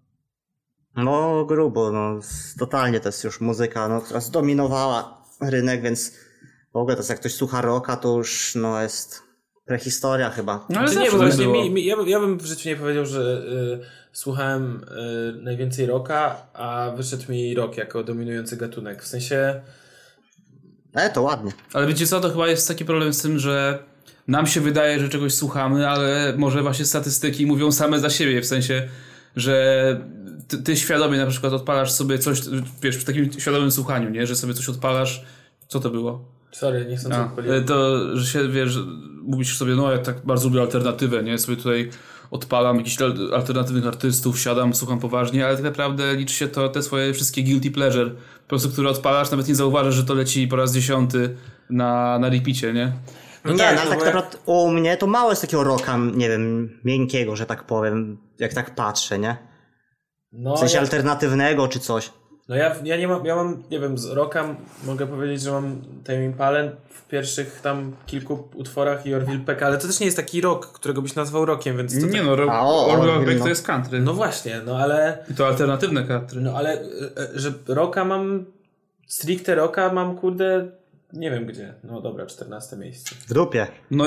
No grubo, no totalnie to jest już muzyka, no, która zdominowała rynek, więc w ogóle to jest jak ktoś słucha rocka, to już no jest prehistoria chyba. No ale nie, bo właśnie ja bym w życiu nie powiedział, że słuchałem najwięcej rocka, a wyszedł mi rock jako dominujący gatunek. W sensie... To ładnie. Ale wiecie co, to chyba jest taki problem z tym, że nam się wydaje, że czegoś słuchamy, ale może właśnie statystyki mówią same za siebie, w sensie, że ty świadomie na przykład odpalasz sobie coś, wiesz, w takim świadomym słuchaniu, nie? Że sobie coś odpalasz. Co to było? Sorry, nie chcę co odpowiedzieć. To, że się, wiesz, mówisz sobie, no ja tak bardzo lubię alternatywę, nie? Sobie tutaj odpalam jakichś alternatywnych artystów, siadam, słucham poważnie, ale tak naprawdę liczy się te swoje wszystkie guilty pleasure, po prostu, które odpalasz, nawet nie zauważasz, że to leci po raz 10 na repeacie, nie? No tak naprawdę u mnie to mało jest takiego rocka, nie wiem, miękkiego, że tak powiem, jak tak patrzę, nie? W sensie alternatywnego czy coś. No ja mam, nie wiem, z rocka mogę powiedzieć, że mam Tame Impalę w pierwszych tam kilku utworach i Orville Pecka, ale to też nie jest taki rock, którego byś nazwał rockiem, więc... To nie Orville Peck to jest country. No właśnie, no ale... I to alternatywne country. No ale, że rocka mam, stricte rocka mam, kurde, nie wiem gdzie. No dobra, 14 miejsce. W dupie. No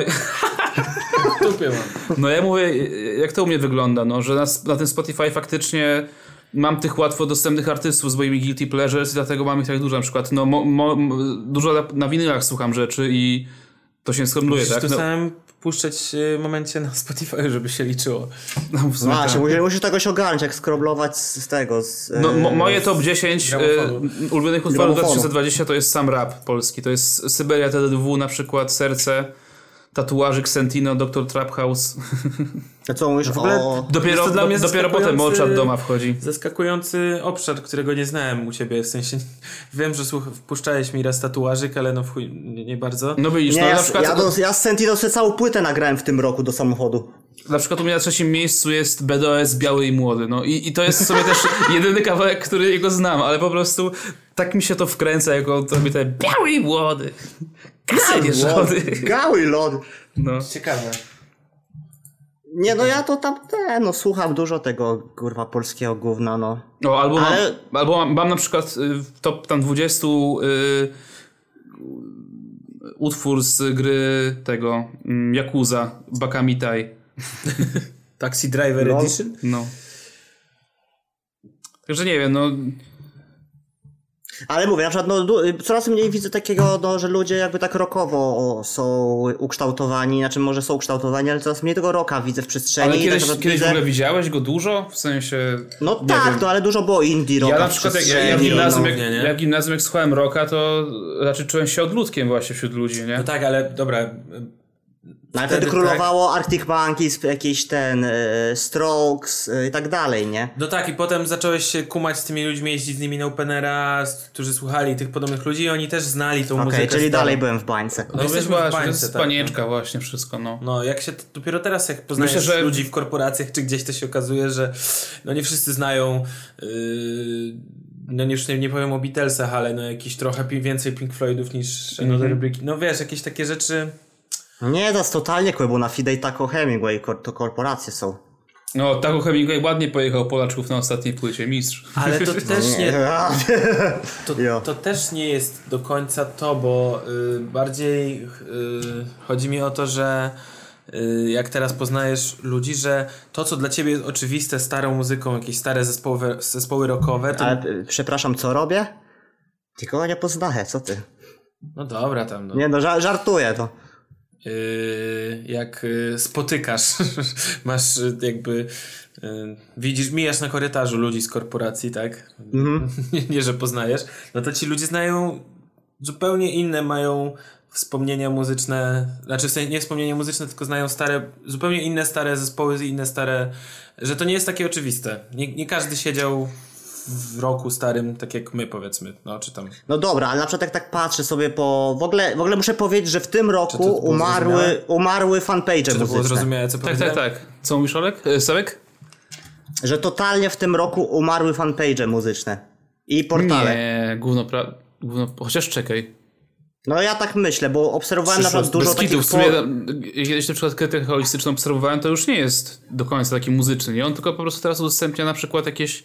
w dupie mam. No ja mówię, jak to u mnie wygląda, no, że na tym Spotify faktycznie mam tych łatwo dostępnych artystów z moimi guilty pleasures i dlatego mam ich tak dużo. Na przykład no, dużo na winylach słucham rzeczy i to się skompluje, tak? Musisz tu samym puszczać w momencie na Spotify, żeby się liczyło. No właśnie, musisz czegoś ogarnąć, jak skroblować z tego. Moje top 10 ulubionych utworów 2020 to jest sam rap polski. To jest Syberia TDW na przykład, Serce, Tatuażyk, Sentino, Dr. Trap House. A co mówisz w ogóle dopiero potem Molczat Doma wchodzi. Zaskakujący obszar, którego nie znałem u ciebie, w sensie wiem, że wpuszczałeś mi raz Tatuażyk, ale no w chuj, nie bardzo. No widzisz, nie, na przykład... Ja z Sentino sobie całą płytę nagrałem w tym roku do samochodu. Na przykład u mnie na 3. miejscu jest BDS Biały i Młody. No i to jest sobie też jedyny kawałek, który jego znam, ale po prostu tak mi się to wkręca, jak on robi te Biały i Młody. Gały lody. No. Ciekawe. Nie, no ja to tam słucham dużo tego kurwa polskiego gówna, no. No albo mam na przykład w top tam 20 utwór z gry tego Yakuza, Bakamitai. Taxi Driver Edition? No. Także nie wiem, no... Ale mówię, na przykład coraz mniej widzę takiego, że ludzie jakby tak rockowo są ukształtowani, znaczy może są ukształtowani, ale coraz mniej tego rocka widzę w przestrzeni. Ale kiedyś w ogóle widziałeś go dużo? W sensie... No tak, ale dużo było indie rocka. Ja na przykład jak gimnazjum jak słuchałem rocka, to raczej czułem się odludkiem właśnie wśród ludzi, nie? No tak, ale dobra... No ale wtedy królowało tak? Arctic Monkeys, jakiś Strokes i tak dalej, nie? No tak, i potem zacząłeś się kumać z tymi ludźmi, jeździć z nimi na openera, którzy słuchali tych podobnych ludzi i oni też znali tą muzykę. Czyli dalej byłem w bańce. No jesteśmy w bańce, to jest panieczka właśnie wszystko, no. No, jak się dopiero teraz jak poznajesz ludzi w korporacjach czy gdzieś, to się okazuje, że no nie wszyscy znają no już nie powiem o Beatlesach, ale no jakiś trochę więcej Pink Floydów niż Another Brick. No wiesz, jakieś takie rzeczy... Nie, to jest totalnie bo Na Fide i Taco Hemingway to korporacje są. No, Taco Hemingway ładnie pojechał Polaczków na ostatniej płycie, mistrz. Ale to też to też nie jest do końca to, bo bardziej chodzi mi o to, że jak teraz poznajesz ludzi, że to, co dla ciebie jest oczywiste starą muzyką, jakieś stare zespoły rockowe... To... Ale przepraszam, co robię? Tylko nie poznaję, co ty? No dobra tam. No. Nie no, żartuję to. Jak spotykasz, masz jakby widzisz, mijasz na korytarzu ludzi z korporacji, tak? Nie, że poznajesz, no to ci ludzie znają zupełnie inne mają wspomnienia muzyczne, znaczy w sensie nie wspomnienia muzyczne, tylko znają zupełnie inne stare zespoły, inne stare, że to nie jest takie oczywiste. Nie każdy siedział w roku starym, tak jak my powiedzmy, no czy tam. No dobra, ale na przykład jak tak patrzę sobie w ogóle muszę powiedzieć, że w tym roku umarły fanpage'e muzyczne. Czy to było zrozumiałe, co powiedziałem? Tak. Co mówisz, Olek? Sławek? Że totalnie w tym roku umarły fanpage'e muzyczne. I portale. Nie, gówno, chociaż czekaj. No ja tak myślę, bo obserwowałem naprawdę dużo takich... W sumie, jeśli na przykład krytykę holistyczną obserwowałem, to już nie jest do końca taki muzyczny, nie? On tylko po prostu teraz udostępnia na przykład jakieś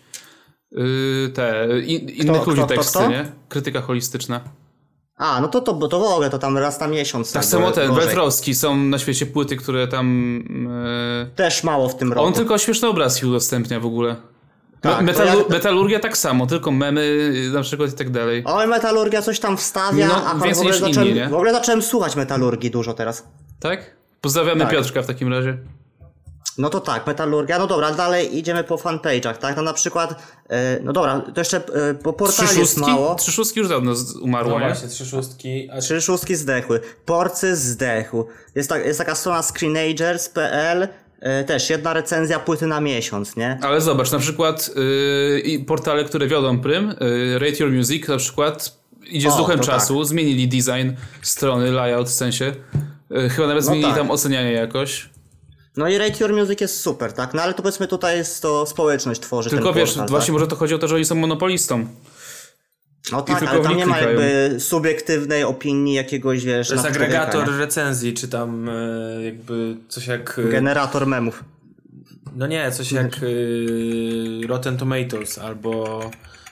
innych ludzi teksty, nie? Krytyka holistyczna. A, no to w ogóle to tam raz na miesiąc. Tak samo Weltrowski, są na świecie płyty, które tam... Też mało w tym roku. On tylko śmieszne obrazki udostępnia w ogóle. Tak, Metalurgia tak samo, tylko memy na przykład i tak dalej. Ale Metalurgia coś tam wstawia, a w ogóle zacząłem słuchać Metalurgii dużo teraz. Tak? Pozdrawiamy Piotrka w takim razie. No to tak, Metalurgia. No dobra, dalej idziemy po fanpage'ach, tak? No na przykład, no dobra, to jeszcze po portali jest mało. 3 szóstki już dawno umarło. No właśnie, 3 szóstki. 3 szóstki zdechły. Porcy zdechł. Jest taka strona screenagers.pl. Też jedna recenzja płyty na miesiąc, nie? Ale zobacz, na przykład portale, które wiodą prym, Rate Your Music na przykład idzie z duchem czasu, tak. Zmienili design strony, layout w sensie. Chyba nawet zmienili tam ocenianie jakoś. No i Rate Your Music jest super, tak? No ale to powiedzmy tutaj jest to społeczność tworzy tylko ten portal, właśnie może to chodzi o to, że oni są monopolistą. No tak, ale tam nie ma jakby subiektywnej opinii jakiegoś, wiesz... To jest agregator recenzji, czy tam jakby coś jak... Generator memów. No nie, coś jak Rotten Tomatoes, albo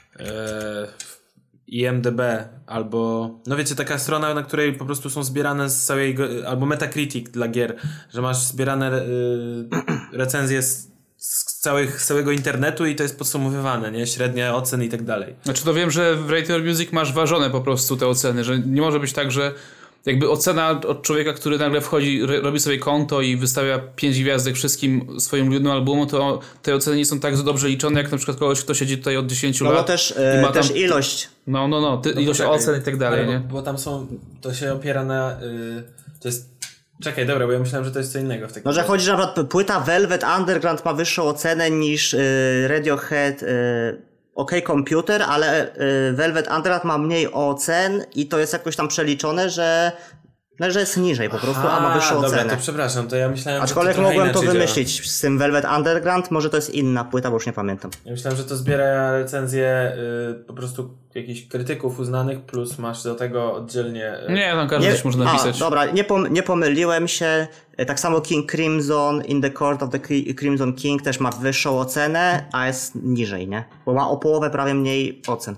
IMDb, albo... No wiecie, taka strona, na której po prostu są zbierane z całej... Albo Metacritic dla gier, że masz zbierane recenzje z całego internetu i to jest podsumowywane, nie? Średnia ocen i tak dalej. Znaczy to wiem, że w Rate Your Music masz ważone po prostu te oceny, że nie może być tak, że jakby ocena od człowieka, który nagle wchodzi, robi sobie konto i wystawia 5 gwiazdek wszystkim swoim ulubionym albumom, to te oceny nie są tak dobrze liczone, jak na przykład kogoś, kto siedzi tutaj od 10 lat. No też, i ma też ilość. Ilość ocen i tak dalej, nie? Bo tam są, to się opiera na, to jest... Czekaj, dobra, bo ja myślałem, że to jest co innego w takim że chodzi, że na przykład płyta Velvet Underground ma wyższą ocenę niż Radiohead OK Computer, ale Velvet Underground ma mniej ocen i to jest jakoś tam przeliczone, że jest niżej po prostu, a ma wyższą ocenę. Dobra, to przepraszam, to ja myślałem, aczkolwiek że to mogłem to wymyślić działa. z tym Velvet Underground, może to jest inna płyta, bo już nie pamiętam. Ja myślałem, że to zbiera recenzje po prostu jakichś krytyków uznanych, plus masz do tego oddzielnie... Nie, tam każdy coś może napisać. Dobra, nie pomyliłem się. Tak samo King Crimson, In the Court of the Crimson King też ma wyższą ocenę, a jest niżej, nie? Bo ma o połowę prawie mniej ocen.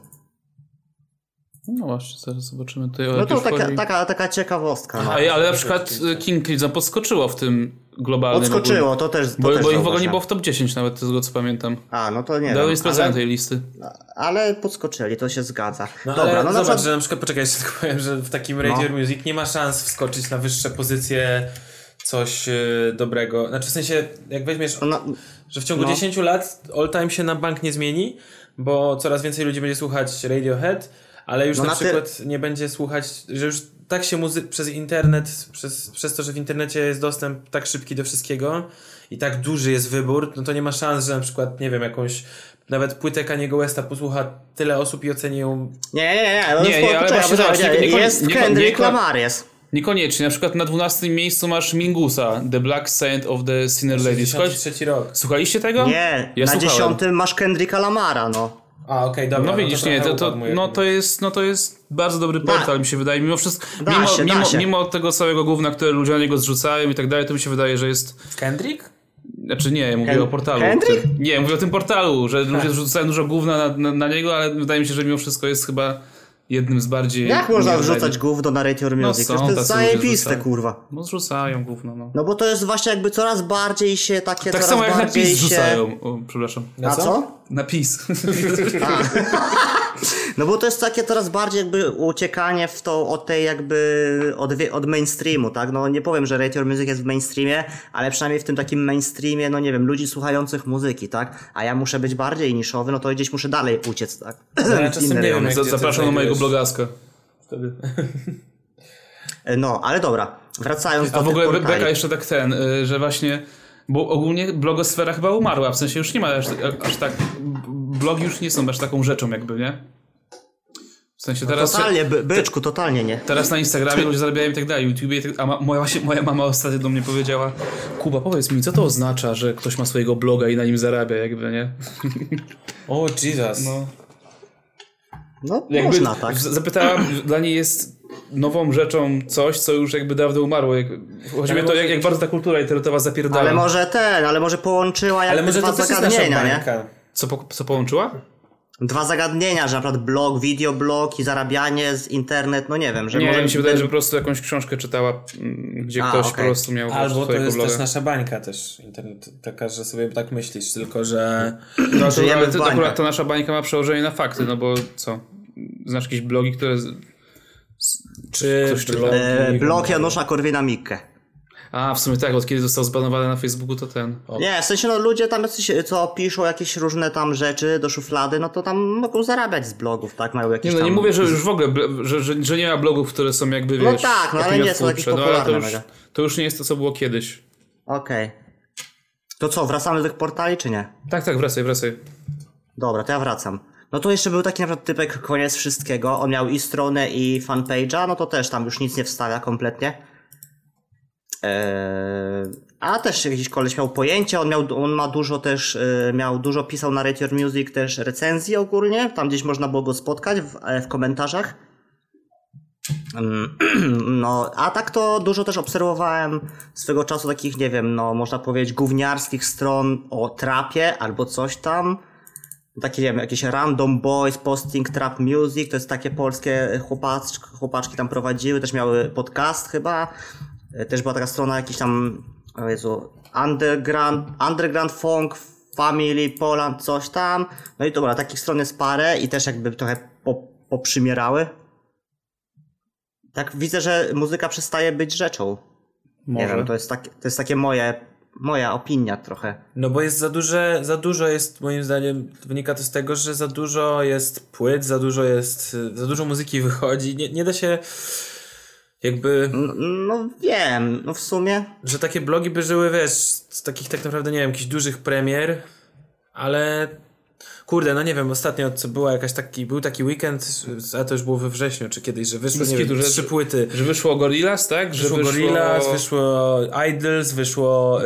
No właśnie, zaraz zobaczymy tutaj. No to taka ciekawostka. No. Ale na przykład King Crimson podskoczyło w tym globalnym. Podskoczyło, to też bo ich w ogóle nie było w top 10 nawet, z tego co pamiętam. A, no to nie wiem. Sprawdzałem tej listy. Ale podskoczyli, to się zgadza. No, dobra, no zobacz, że na przykład, poczekaj, jeszcze tylko powiem, że w takim Rate Your Music nie ma szans wskoczyć na wyższe pozycje coś dobrego. Znaczy w sensie, jak weźmiesz, że w ciągu 10 lat all time się na bank nie zmieni, bo coraz więcej ludzi będzie słuchać Radiohead, ale już na przykład nie będzie słuchać, że już tak się przez internet, przez to, że w internecie jest dostęp tak szybki do wszystkiego i tak duży jest wybór, no to nie ma szans, że na przykład, nie wiem, jakąś nawet płytę Kaniego Westa posłucha tyle osób i oceni ją... Nie, ale właśnie jest Kendrick Lamar jest. Niekoniecznie, na przykład na 12 miejscu masz Mingusa, The Black Saint of the Sinner Lady. 63 rok. Słuchaliście tego? Nie, na 10 masz Kendricka Lamara, no. A, okej, dobra. No widzisz, to jest bardzo dobry portal, mi się wydaje. Mimo wszystko, mimo tego całego gówna, które ludzie na niego zrzucają i tak dalej, to mi się wydaje, że jest... Kendrick? Znaczy nie, mówię o portalu. Kendrick? Nie, mówię o tym portalu, że ludzie zrzucają dużo gówna na niego, ale wydaje mi się, że mimo wszystko jest chyba jednym z bardziej... Jak można wrzucać gówno na Rate Your Music? To jest zajebiste, kurwa. No zrzucają gówno, no. No bo to jest właśnie jakby coraz bardziej się takie... Tak samo jak na PiS zrzucają. Przepraszam. Na co? Na PiS. No bo to jest takie coraz bardziej jakby uciekanie w to od tej jakby od mainstreamu, tak? No nie powiem, że Rate Your Music jest w mainstreamie, ale przynajmniej w tym takim mainstreamie, no nie wiem, ludzi słuchających muzyki, tak? A ja muszę być bardziej niszowy, no to gdzieś muszę dalej uciec, tak? No ja czasem nie wiem, zapraszam do mojego blogaska. Wtedy. No, ale dobra, wracając do A w ogóle portali. Beka jeszcze tak że właśnie, bo ogólnie blogosfera chyba umarła, w sensie już nie ma aż tak, blogi już nie są aż taką rzeczą jakby, nie? W sensie teraz... Totalnie, byczku, totalnie nie. Teraz na Instagramie ludzie zarabiają i tak dalej, YouTube i tak, a moja mama ostatnio do mnie powiedziała: Kuba, powiedz mi, co to oznacza, że ktoś ma swojego bloga i na nim zarabia jakby, nie? O, Jesus. No, Jakby można tak. Zapytałam, dla niej jest nową rzeczą coś, co już jakby dawno umarło. Chodzi mi o to, jak bardzo ta kultura internetowa zapierdala. Ale może połączyła Ale jakby może dwa to też jest zagadnienia, nasza nie? bańka. Co połączyła? Dwa zagadnienia, że na przykład blog, videoblog i zarabianie z internet, no nie wiem, że Nie, może... mi się wydaje, że po prostu jakąś książkę czytała, gdzie ktoś po prostu miał Albo to swojego jest bloga. też nasza bańka też, internet, taka, że sobie tak myślisz, tylko że... No, Żyjemy w bańkach. akurat ta nasza bańka ma przełożenie na fakty, no bo co? Znasz jakieś blogi, które... Czy Ktoś czyta? Blog Janusza Korwina-Mikke. A, w sumie tak, od kiedy został zbanowany na Facebooku, to ten... Nie, w sensie no ludzie tam jacyś, co piszą jakieś różne tam rzeczy do szuflady, no to tam mogą zarabiać z blogów, tak? Mają jakieś Nie, no tam... nie mówię, że już w ogóle, że nie ma blogów, które są jakby, No wiesz... tak, no ale nie są jakieś opiniotwórcze, popularne ale mega. to już nie jest to, co było kiedyś. Okej. To co, wracamy do tych portali, czy nie? Tak, wracaj. Dobra, to ja wracam. No to jeszcze był taki na przykład typek Koniec Wszystkiego, on miał i stronę i fanpage'a, no to też tam już nic nie wstawia kompletnie. A też jakiś koleś miał pojęcie, on ma dużo też, pisał na Rate Your Music też recenzji ogólnie, tam gdzieś można było go spotkać w komentarzach. No, a tak to dużo też obserwowałem swego czasu takich, nie wiem, no można powiedzieć gówniarskich stron o trapie albo coś tam. Takie, nie wiem, jakieś Random Boys Posting Trap Music, to jest takie polskie chłopaczki tam prowadziły, też miały podcast chyba. Też była taka strona jakiś tam, o Jezu, Underground Funk Family Poland, coś tam. No i dobra, takich stron jest parę i też jakby trochę poprzymierały. Tak widzę, że muzyka przestaje być rzeczą. Może. Nie wiem, to jest takie moja opinia trochę. No bo jest za dużo jest, moim zdaniem, wynika to z tego, że za dużo jest płyt, za dużo muzyki wychodzi, nie da się jakby... No wiem, no w sumie. Że takie blogi by żyły, wiesz, z takich tak naprawdę, nie wiem, jakichś dużych premier, ale... Kurde, no nie wiem, ostatnio co była był taki weekend, a to już było we wrześniu czy kiedyś, że wyszły, nie wiem, 3 płyty. Że wyszło Gorillaz, tak? Wyszło Gorillaz, wyszło Idols, wyszło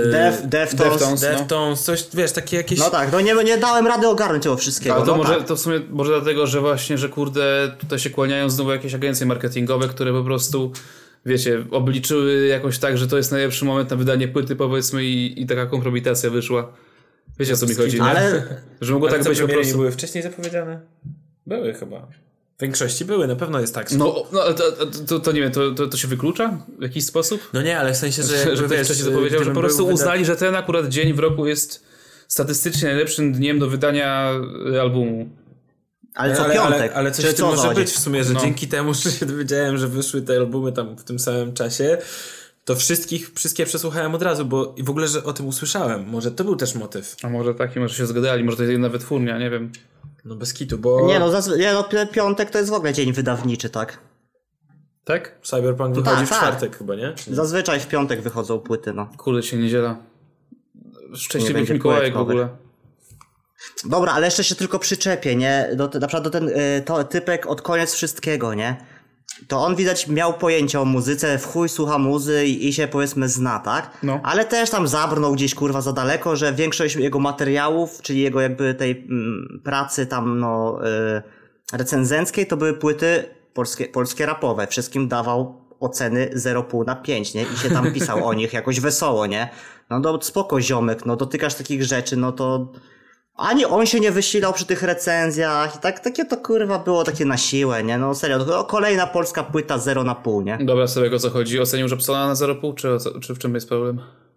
Deftones, coś, wiesz, takie jakieś... No tak, no nie dałem rady ogarnąć tego wszystkiego. Ale to no może, tak. to w sumie może dlatego, że właśnie, że kurde, tutaj się kłaniają znowu jakieś agencje marketingowe, które po prostu, wiecie, obliczyły jakoś tak, że to jest najlepszy moment na wydanie płyty, powiedzmy, i taka kompromitacja wyszła. Wiecie, o co mi chodzi, nie? Ale... Że mogło tak być po prostu... nie były wcześniej zapowiedziane? Były chyba. W większości były, na pewno jest tak. No to nie wiem, to się wyklucza w jakiś sposób? No nie, ale w sensie, że ktoś wcześniej zapowiedział, że po prostu uznali, że ten akurat dzień w roku jest statystycznie najlepszym dniem do wydania albumu. Ale co piątek? Ale coś w tym może być w sumie, że dzięki temu, że się dowiedziałem, że wyszły te albumy tam w tym samym czasie, to wszystkie przesłuchałem od razu, bo i w ogóle, że o tym usłyszałem. Może to był też motyw. A może taki, może się zgadali, może to jest jedna wytwórnia, nie wiem. No bez kitu, bo... Nie no, piątek to jest w ogóle dzień wydawniczy, tak? Tak? Cyberpunk No wychodzi tak, w czwartek chyba, nie? Zazwyczaj w piątek wychodzą płyty, no. Kurde, się niedziela. Szczęśliwych będzie Mikołajek w płyt ogóle. Dobra, ale jeszcze się tylko przyczepię, nie? Na przykład to typek od Koniec Wszystkiego, nie? To on widać miał pojęcie o muzyce, w chuj słucha muzy i się powiedzmy zna, tak? No. Ale też tam zabrnął gdzieś kurwa za daleko, że większość jego materiałów, czyli jego jakby tej pracy tam recenzenckiej, to były płyty polskie rapowe. Wszystkim dawał oceny 0,5 na 5, nie? I się tam pisał o nich jakoś wesoło, nie? No spoko ziomek, no dotykasz takich rzeczy, no to... Ani on się nie wysilał przy tych recenzjach i takie to kurwa było takie na siłę, nie? No serio, to kolejna polska płyta 0,5, nie? Dobra, sobie o co chodzi? Ocenił Robsona na 0,5 czy w czym jest problem?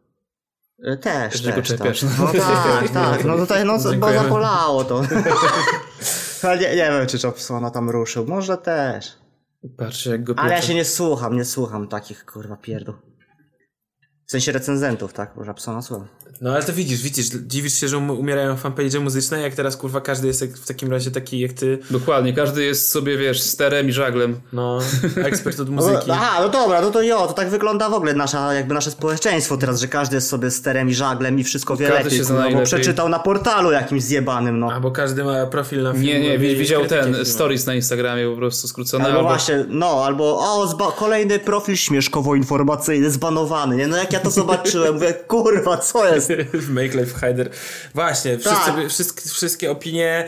Też, go czepiasz. Tak. No tak, no tutaj bo zabolało to. Ale nie wiem, czy Robsona tam ruszył, może też. Patrzcie, jak go Ale ja się nie słucham takich kurwa pierdół. W sensie recenzentów, tak? Można psa na słowo. No ale to widzisz, dziwisz się, że umierają fanpage muzyczne, jak teraz kurwa każdy jest w takim razie taki jak ty. Dokładnie, każdy jest sobie, wiesz, sterem i żaglem. No, ekspert od muzyki. Aha, no dobra, to tak wygląda w ogóle nasze społeczeństwo teraz, że każdy jest sobie sterem i żaglem i wszystko wie lepiej, bo przeczytał na portalu jakimś zjebanym, no. Albo każdy ma profil na film. Nie, widział ten stories na Instagramie po prostu skrócony. Albo właśnie, kolejny profil śmieszkowo-informacyjny zbanowany, nie? No jak ja to zobaczyłem, mówię, kurwa, co jest? Make Life Hider. Właśnie, wszystkie opinie,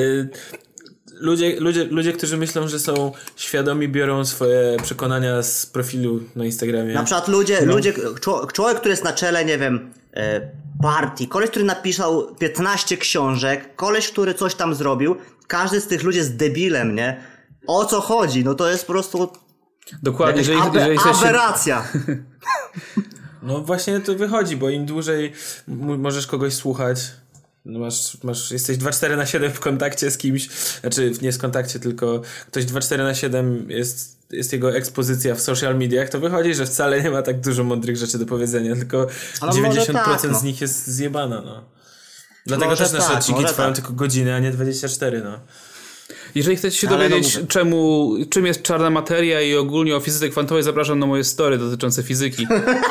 ludzie, którzy myślą, że są świadomi, biorą swoje przekonania z profilu na Instagramie. Na przykład człowiek, który jest na czele, nie wiem, partii, koleś, który napisał 15 książek, koleś, który coś tam zrobił, każdy z tych ludzi jest debilem, nie? O co chodzi? No to jest po prostu dokładnie, jeżeli aberracja. No właśnie to wychodzi, bo im dłużej możesz kogoś słuchać, no jesteś 24/7 w kontakcie z kimś, znaczy nie w kontakcie, tylko ktoś 24/7 jest jego ekspozycja w social mediach, to wychodzi, że wcale nie ma tak dużo mądrych rzeczy do powiedzenia, tylko 90% z nich jest zjebana, no. Dlatego też nasze odcinki trwają tylko godzinę, a nie 24, no. Jeżeli chcecie się dowiedzieć, czym jest czarna materia i ogólnie o fizyce kwantowej, zapraszam na moje story dotyczące fizyki.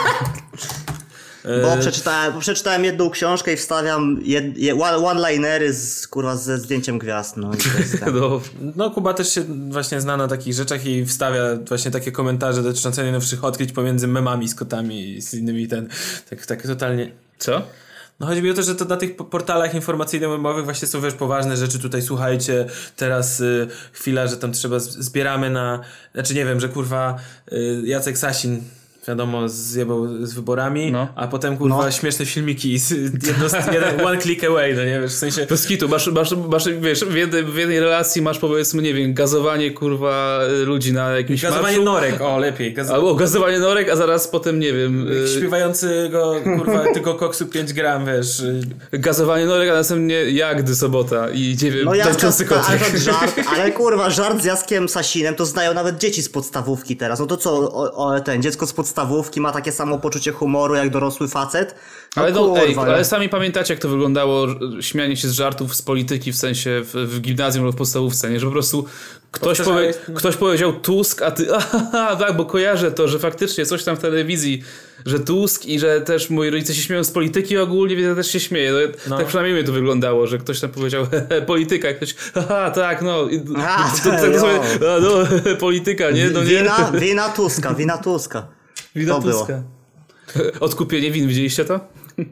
Bo przeczytałem jedną książkę i wstawiam one-linery ze zdjęciem gwiazd. No, no Kuba też się właśnie zna na takich rzeczach i wstawia właśnie takie komentarze dotyczące najnowszych odkryć pomiędzy memami z kotami i z innymi tak totalnie... Co? No chodzi mi o to, że to na tych portalach informacyjno-memowych właśnie są, wiesz, poważne rzeczy. Tutaj słuchajcie, teraz chwila, że tam trzeba zbieramy na... Znaczy nie wiem, że kurwa Jacek Sasin wiadomo zjebał z wyborami, a potem kurwa śmieszne filmiki jeden one click away, no nie wiesz, w sensie... Bez kitu, masz wiesz, w jednej relacji masz powiedzmy, nie wiem, gazowanie kurwa ludzi na jakimś gazowanie marszu. Norek, lepiej. Albo gazowanie Norek, a zaraz potem, nie wiem... Śpiewającego kurwa tylko koksu 5 gram, wiesz... Gazowanie Norek, a następnie Jagdy Sobota i nie wiem, tańczący kotek. Ale kurwa, żart z Jackiem Sasinem to znają nawet dzieci z podstawówki teraz. No to co, ten dziecko z podstawówki ma takie samo poczucie humoru jak dorosły facet? No ale sami pamiętacie, jak to wyglądało śmianie się z żartów z polityki, w sensie w gimnazjum lub w podstawówce, nie? Że po prostu ktoś powiedział Tusk, a ty tak, bo kojarzę to, że faktycznie coś tam w telewizji, że Tusk i że też moi rodzice się śmieją z polityki ogólnie, więc ja też się śmieję. No. Tak przynajmniej mnie to wyglądało, że ktoś tam powiedział polityka, ktoś tak, no. Polityka, nie? No, nie. Wina Tuska. Wina Tuska. Odkupienie win, widzieliście to?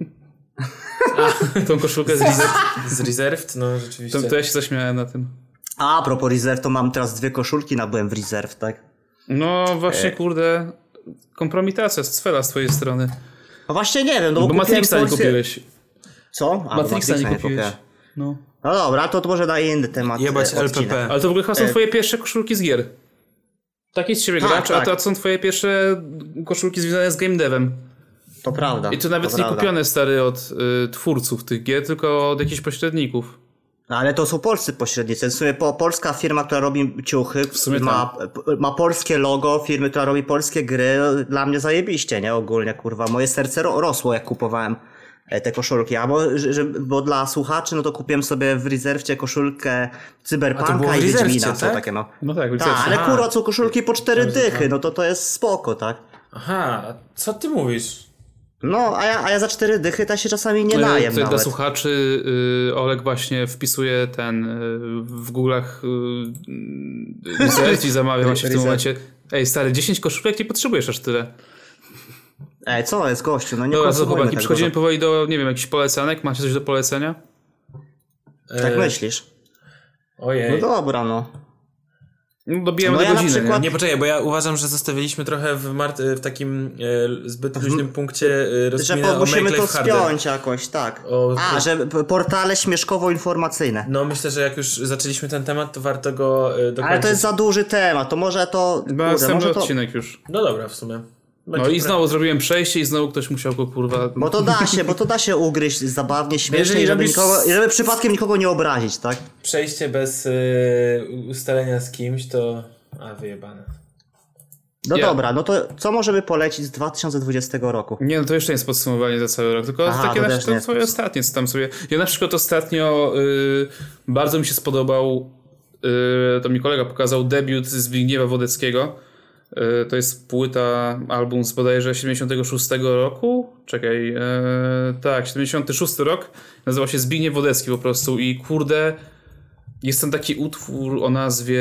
Tą koszulkę z Reserved? No rzeczywiście. To ja się zaśmiałem na tym. A propos Reserved, to mam teraz 2 koszulki nabyłem w Reserved, tak? No właśnie, kurde, kompromitacja z twojej strony. No właśnie nie wiem, no bo Matrixa nie kupiłeś. Co? Matrixa nie kupiłeś. No dobra, to może na inny temat. Jebać LPP. Ale to w ogóle chyba są twoje pierwsze koszulki z gier. Taki z ciebie gracz, a to są twoje pierwsze koszulki związane z game devem. To prawda. I to nawet nie kupione, stary, od twórców tych gier, tylko od jakichś pośredników. Ale to są polscy pośrednicy. W sumie polska firma, która robi ciuchy, ma polskie logo, firmy, która robi polskie gry. Dla mnie zajebiście, nie? Ogólnie, kurwa. Moje serce rosło, jak kupowałem te koszulki. Bo dla słuchaczy, no to kupiłem sobie w Reservcie koszulkę Cyberpunka i Wiedźmina. Tak? Takie, no tak, ale kurwa, są koszulki po 4 dychy. No to jest spoko, tak? Aha, co ty mówisz? No, a ja za 4 dychy to się czasami nie najem nawet. Dla słuchaczy Olek właśnie wpisuje w Google'ach research i zamawia właśnie w tym momencie. Ej, stary, 10 koszulek nie potrzebujesz aż tyle. Ej, co jest, gościu? No nie dobra, co chłopaki, przechodzimy powoli do, nie wiem, jakichś polecanek. Macie coś do polecenia? Tak myślisz? Ojej. No dobra, no. Dobijamy do godziny. Przykład... Nie, poczekaj, bo ja uważam, że zostawiliśmy trochę w takim zbyt luźnym punkcie rozkmina o musimy Make to Life Harder. spiąć jakoś, tak. Że portale śmieszkowo-informacyjne. No myślę, że jak już zaczęliśmy ten temat, to warto go dokończyć. Ale to jest za duży temat, to może to... Następny odcinek już. No dobra, w sumie. No i znowu zrobiłem przejście i znowu ktoś musiał go kurwa... Bo to da się ugryźć zabawnie, śmiesznie i żeby przypadkiem nikogo nie obrazić, tak? Przejście bez ustalenia z kimś to... wyjebane. No dobra, no to co możemy polecić z 2020 roku? Nie, no to jeszcze nie jest podsumowanie za cały rok, tylko takie twoje ostatnie, co tam sobie... Ja na przykład ostatnio bardzo mi się spodobał, to mi kolega pokazał debiut Zbigniewa Wodeckiego. To jest płyta, album z bodajże 76 roku. Czekaj, tak, 76 rok. Nazywa się Zbigniew Wodecki po prostu i kurde, jest tam taki utwór o nazwie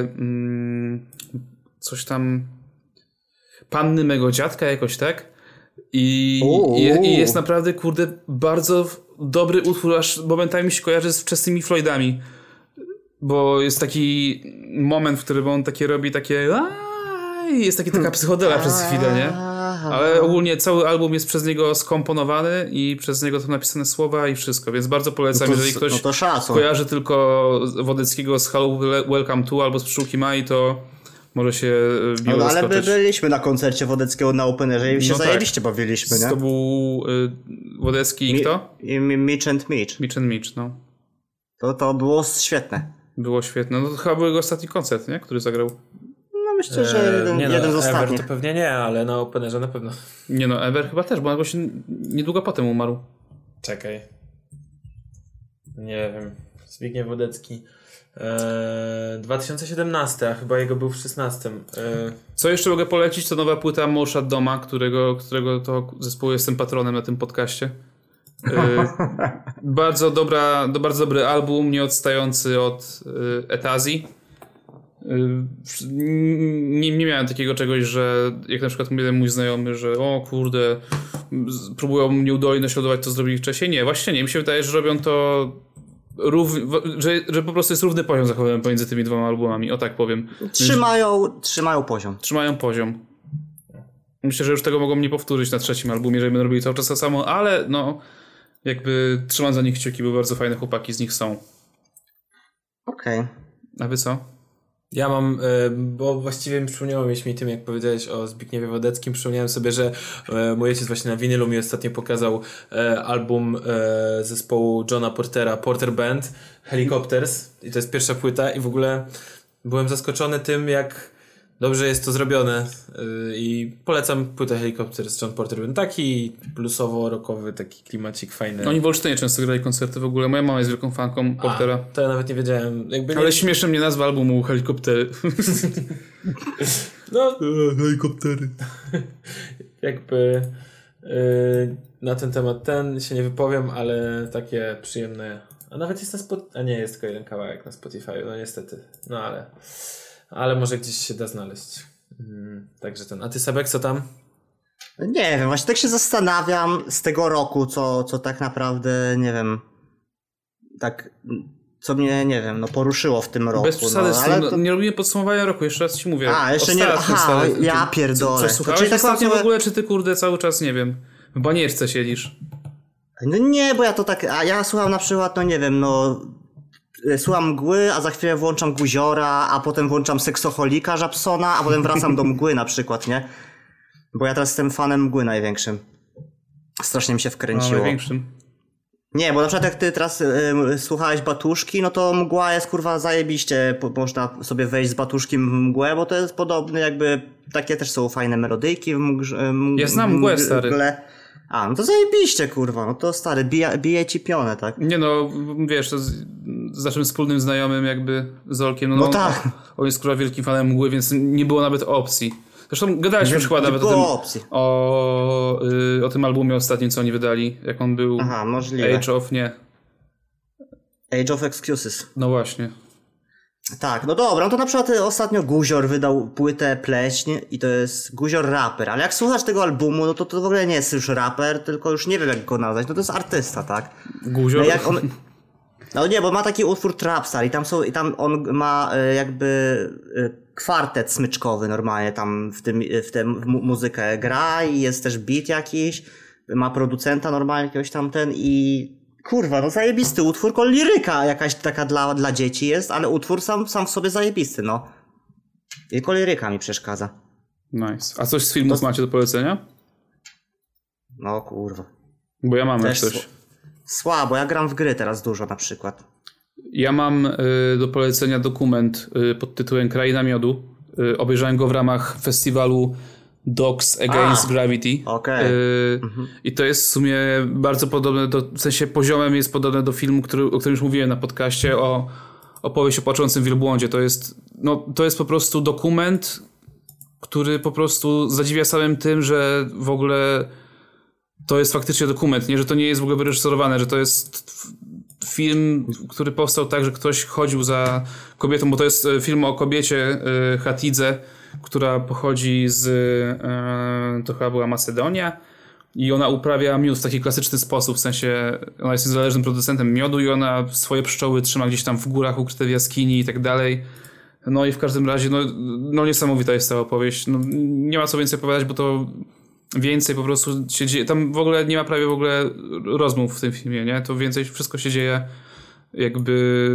coś tam Panny mego dziadka jakoś, tak? I jest naprawdę, kurde, bardzo dobry utwór, aż momentami mi się kojarzy z wczesnymi Floydami. Bo jest taki moment, w którym on takie robi takie i jest taka psychodela przez chwilę, nie? Ale ogólnie cały album jest przez niego skomponowany i przez niego to napisane słowa i wszystko, więc bardzo polecam, jeżeli ktoś kojarzy tylko Wodeckiego z Hello Welcome to albo z Pszczółki Mai, to może się miło zaskoczyć. Ale byliśmy na koncercie Wodeckiego na Openerze i się zajebiście bawiliśmy, nie? To był Wodecki i kto? I Mitch and Mitch. Mitch and Mitch, no. To było świetne. Było świetne. No to chyba był jego ostatni koncert, nie? Który zagrał. No myślę, że jeden z ostatnich. Ever to pewnie nie, ale na Openerze na pewno. Nie no, Ever chyba też, bo on właśnie niedługo potem umarł. Czekaj. Nie wiem. Zbigniew Wodecki. 2017, a chyba jego był w 16. Co jeszcze mogę polecić, to nowa płyta Morszad Doma, którego to zespołu jestem patronem na tym podcaście. Bardzo dobry album, nie odstający od Etazji. Nie miałem takiego czegoś, że jak na przykład mój znajomy, że o kurde, próbują mnie udolnie naśladować, to zrobili wcześniej. Nie, właśnie nie. Mi się wydaje, że robią to że po prostu jest równy poziom zachowany pomiędzy tymi dwoma albumami, o tak powiem. Trzymają poziom. Trzymają poziom. Myślę, że już tego mogą nie powtórzyć na trzecim albumie, jeżeli będą robili cały czas to samo, ale no jakby trzymam za nich kciuki, bo bardzo fajne chłopaki z nich są. Okej. A wy co? Ja mam, bo właściwie przypomniałeś mi tym, jak powiedziałeś o Zbigniewie Wodeckim, przypomniałem sobie, że mój ojciec właśnie na winylu mi ostatnio pokazał album zespołu Johna Portera, Porter Band, Helicopters, i to jest pierwsza płyta i w ogóle byłem zaskoczony tym, jak dobrze jest to zrobione i polecam płytę Helicopters John Porter Band, taki bluesowo-rockowy, taki klimacik fajny. Oni w Olsztynie często grali koncerty w ogóle, moja mama jest wielką fanką Portera. To ja nawet nie wiedziałem. Ale śmiesznie mnie nazwa albumu Helikoptery. No, helikoptery. Jakby na ten temat się nie wypowiem, ale takie przyjemne. A nawet jest na Spotify. A nie, jest tylko jeden kawałek na Spotify, no niestety. No ale może gdzieś się da znaleźć. Także A ty, Sebek, co tam? Nie wiem, właśnie tak się zastanawiam z tego roku, co tak naprawdę, nie wiem, tak, co mnie, nie wiem, poruszyło w tym roku. Bez przesady, nie robimy podsumowania roku, jeszcze raz ci mówię. Jeszcze nie, ja pierdolę. Coś słuchałeś ostatnio w ogóle, czy ty kurde cały czas, nie wiem, w banierce siedzisz? No nie, bo ja to tak, a ja słucham na przykład, słucham Mgły, a za chwilę włączam Guziora, a potem włączam Seksoholika Żabsona, a potem wracam do Mgły na przykład, nie? Bo ja teraz jestem fanem Mgły największym. Strasznie mi się wkręciło. Największym? Nie, bo na przykład jak ty teraz słuchałeś Batuszki, no to Mgła jest kurwa zajebiście. Można sobie wejść z Batuszkiem w Mgłę, bo to jest podobne jakby, takie też są fajne melodyjki w ja znam Mgłę, stary. No to zajebiście, kurwa, no to stary, bije ci pionę, tak? Nie no, wiesz, to z naszym wspólnym znajomym jakby, z Olkiem, no tak. On jest kurwa wielkim fanem Mgły, więc nie było nawet opcji. Zresztą gadaliśmy już chyba nawet o tym albumie ostatnim, co oni wydali, jak on był. Aha, możliwe. Age of Excuses. No właśnie. Tak, no dobra, no to na przykład ostatnio Guzior wydał płytę Pleśń i to jest Guzior raper, ale jak słuchasz tego albumu, no to w ogóle nie jest już raper, tylko już nie wiem jak go nazwać, no to jest artysta, tak? Guzior? No nie, bo ma taki utwór Trapstar i tam on ma jakby kwartet smyczkowy normalnie tam w tę muzykę gra i jest też beat jakiś, ma producenta normalnie jakiegoś tamten i kurwa, no zajebisty utwór, tylko liryka jakaś taka dla dzieci jest, ale utwór sam w sobie zajebisty, no. Tylko liryka mi przeszkadza. Nice. A coś z filmów macie do polecenia? No kurwa. Bo ja mam też coś. Słabo, ja gram w gry teraz dużo na przykład. Ja mam do polecenia dokument pod tytułem Kraina Miodu. Obejrzałem go w ramach festiwalu Dogs Against Gravity. Okay. I to jest w sumie bardzo podobne w sensie poziomem jest podobne do filmu, o którym już mówiłem na podcaście, o opowieść o płaczącym wielbłądzie. To jest po prostu dokument, który po prostu zadziwia samym tym, że w ogóle to jest faktycznie dokument, nie, że to nie jest w ogóle wyreżyserowane, że to jest film, który powstał tak, że ktoś chodził za kobietą, bo to jest film o kobiecie Hatidze, która pochodzi z to chyba była Macedonia i ona uprawia miód w taki klasyczny sposób, w sensie ona jest niezależnym producentem miodu i ona swoje pszczoły trzyma gdzieś tam w górach ukryte w jaskini i tak dalej. No i w każdym razie no niesamowita jest ta opowieść. No, nie ma co więcej opowiadać, bo to więcej po prostu się dzieje. Tam w ogóle nie ma prawie w ogóle rozmów w tym filmie, nie? To więcej wszystko się dzieje jakby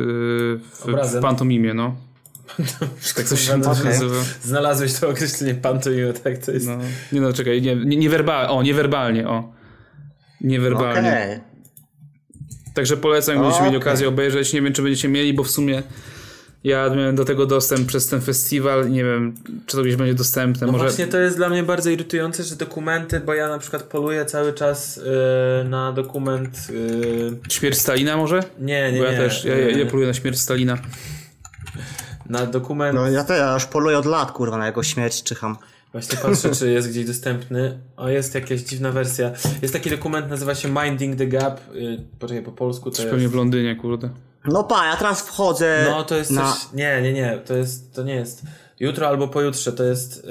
w pantomimie, no. Tak to się nazywa. Znalazłeś to określenie pantomime, tak to jest. No. Nie, czekaj, niewerbalnie. Niewerbalnie. Okay. Także polecam, gdybyście mieli okazję obejrzeć. Nie wiem, czy będziecie mieli, bo w sumie ja miałem do tego dostęp przez ten festiwal. Nie wiem, czy to gdzieś będzie dostępne. No właśnie to jest dla mnie bardzo irytujące, że dokumenty, bo ja na przykład poluję cały czas na dokument... Śmierć Stalina może? Nie. Bo ja też, ja poluję na śmierć Stalina. Na dokument... No ja już poluję od lat, kurwa, na jego śmierć czyham. Właśnie patrzę, czy jest gdzieś dostępny. Jest jakaś dziwna wersja. Jest taki dokument, nazywa się Minding the Gap. Poczekaj, po polsku to jest... Pewnie w Londynie, kurde. No ja teraz wchodzę... No to jest coś... Nie. To nie jest... Jutro albo pojutrze to jest...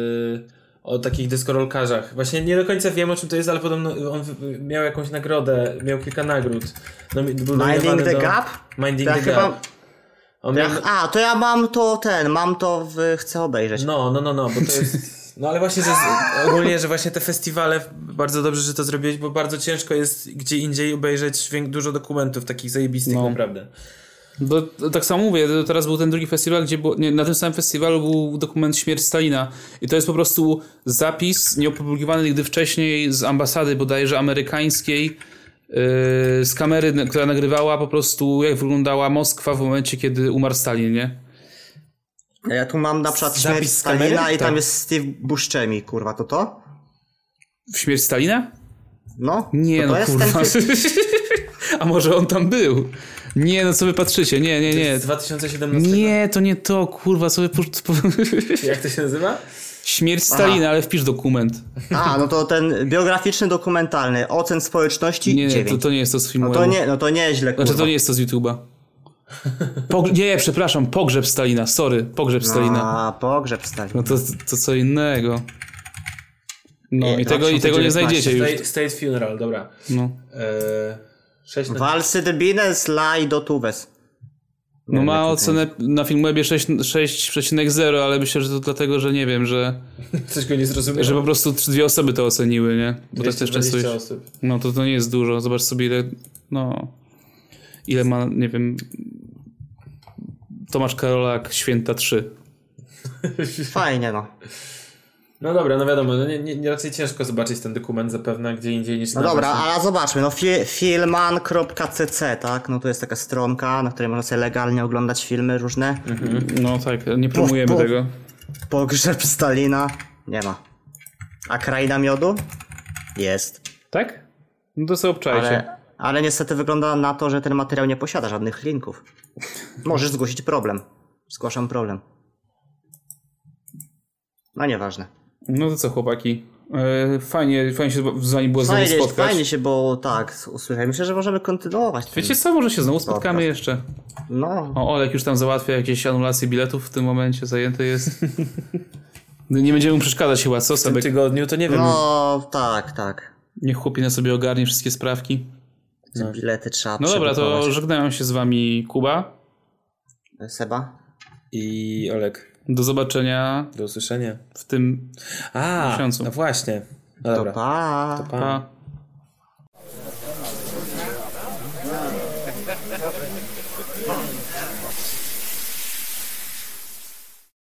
o takich deskorolkarzach. Właśnie nie do końca wiem, o czym to jest, ale podobno on miał jakąś nagrodę, miał kilka nagród. No, Minding the Gap? Minding the Gap. To ja mam to chcę obejrzeć. No, bo to jest... No ale właśnie, że ogólnie, że właśnie te festiwale, bardzo dobrze, że to zrobiłeś, bo bardzo ciężko jest gdzie indziej obejrzeć dużo dokumentów takich zajebistych, naprawdę. Bo tak samo mówię, teraz był ten drugi festiwal, gdzie na tym samym festiwalu był dokument Śmierć Stalina i to jest po prostu zapis nieopublikowany nigdy wcześniej z ambasady bodajże amerykańskiej, z kamery, która nagrywała po prostu jak wyglądała Moskwa w momencie, kiedy umarł Stalin, nie? Ja tu mam na przykład Śmierć Stalina i tam jest Steve Buscemi, kurwa, to? W Śmierć Stalina? No. Nie, no kurwa. A może on tam był? Nie, no co wy patrzycie? Nie. Z 2017. Nie, to nie to, kurwa, co wy... Jak to się nazywa? Śmierć Stalina, ale wpisz dokument. No to ten biograficzny, dokumentalny, ocen społeczności nie, 9. To nie jest to z filmu. No to nie źle, kurwa. Znaczy to nie jest to z YouTube'a. Nie, przepraszam, Pogrzeb Stalina, sorry, Pogrzeb Stalina. Pogrzeb Stalina. No to co innego. No i tego nie znajdziecie już. State Funeral, dobra. No. Walsy de Bines Lai do Tuves. No ma ocenę na Filmwebie 6,0, ale myślę, że to dlatego, że nie wiem, że... Coś go nie zrozumiałem. Że po prostu 2 osoby to oceniły, nie? Bo to jest też często... osób. No to nie jest dużo. Zobacz sobie ile... Ile ma, nie wiem... Tomasz Karolak, Święta 3. Fajnie, no. No dobra, no wiadomo, nie raczej ciężko zobaczyć ten dokument zapewne gdzie indziej niż na dobra, ale zobaczmy, filman.cc, tak? No to jest taka stronka, na której można sobie legalnie oglądać filmy różne. No tak, nie promujemy tego. Pogrzeb Stalina nie ma. A Kraina Miodu? Jest. Tak? No to sobie obczajcie. Ale niestety wygląda na to, że ten materiał nie posiada żadnych linków. Możesz zgłosić problem. Zgłaszam problem. No nieważne. No to co, chłopaki? Fajnie się z wami było znowu spotkać. Fajnie się, bo tak, usłyszałem. Myślę, że możemy kontynuować. Wiecie co, może się znowu spotkamy jeszcze. No. Olek już tam załatwia jakieś anulacje biletów w tym momencie, zajęty jest. Nie będziemy mu przeszkadzać chyba, co? W tym tygodniu to nie wiem. No, tak. Niech chłopina sobie ogarnie wszystkie sprawki. Bilety trzeba No dobra, to żegnają się z wami Kuba. Seba. I Olek. Do zobaczenia. Do usłyszenia. W tym miesiącu. No właśnie. No dobra. To pa. To pa. Pa.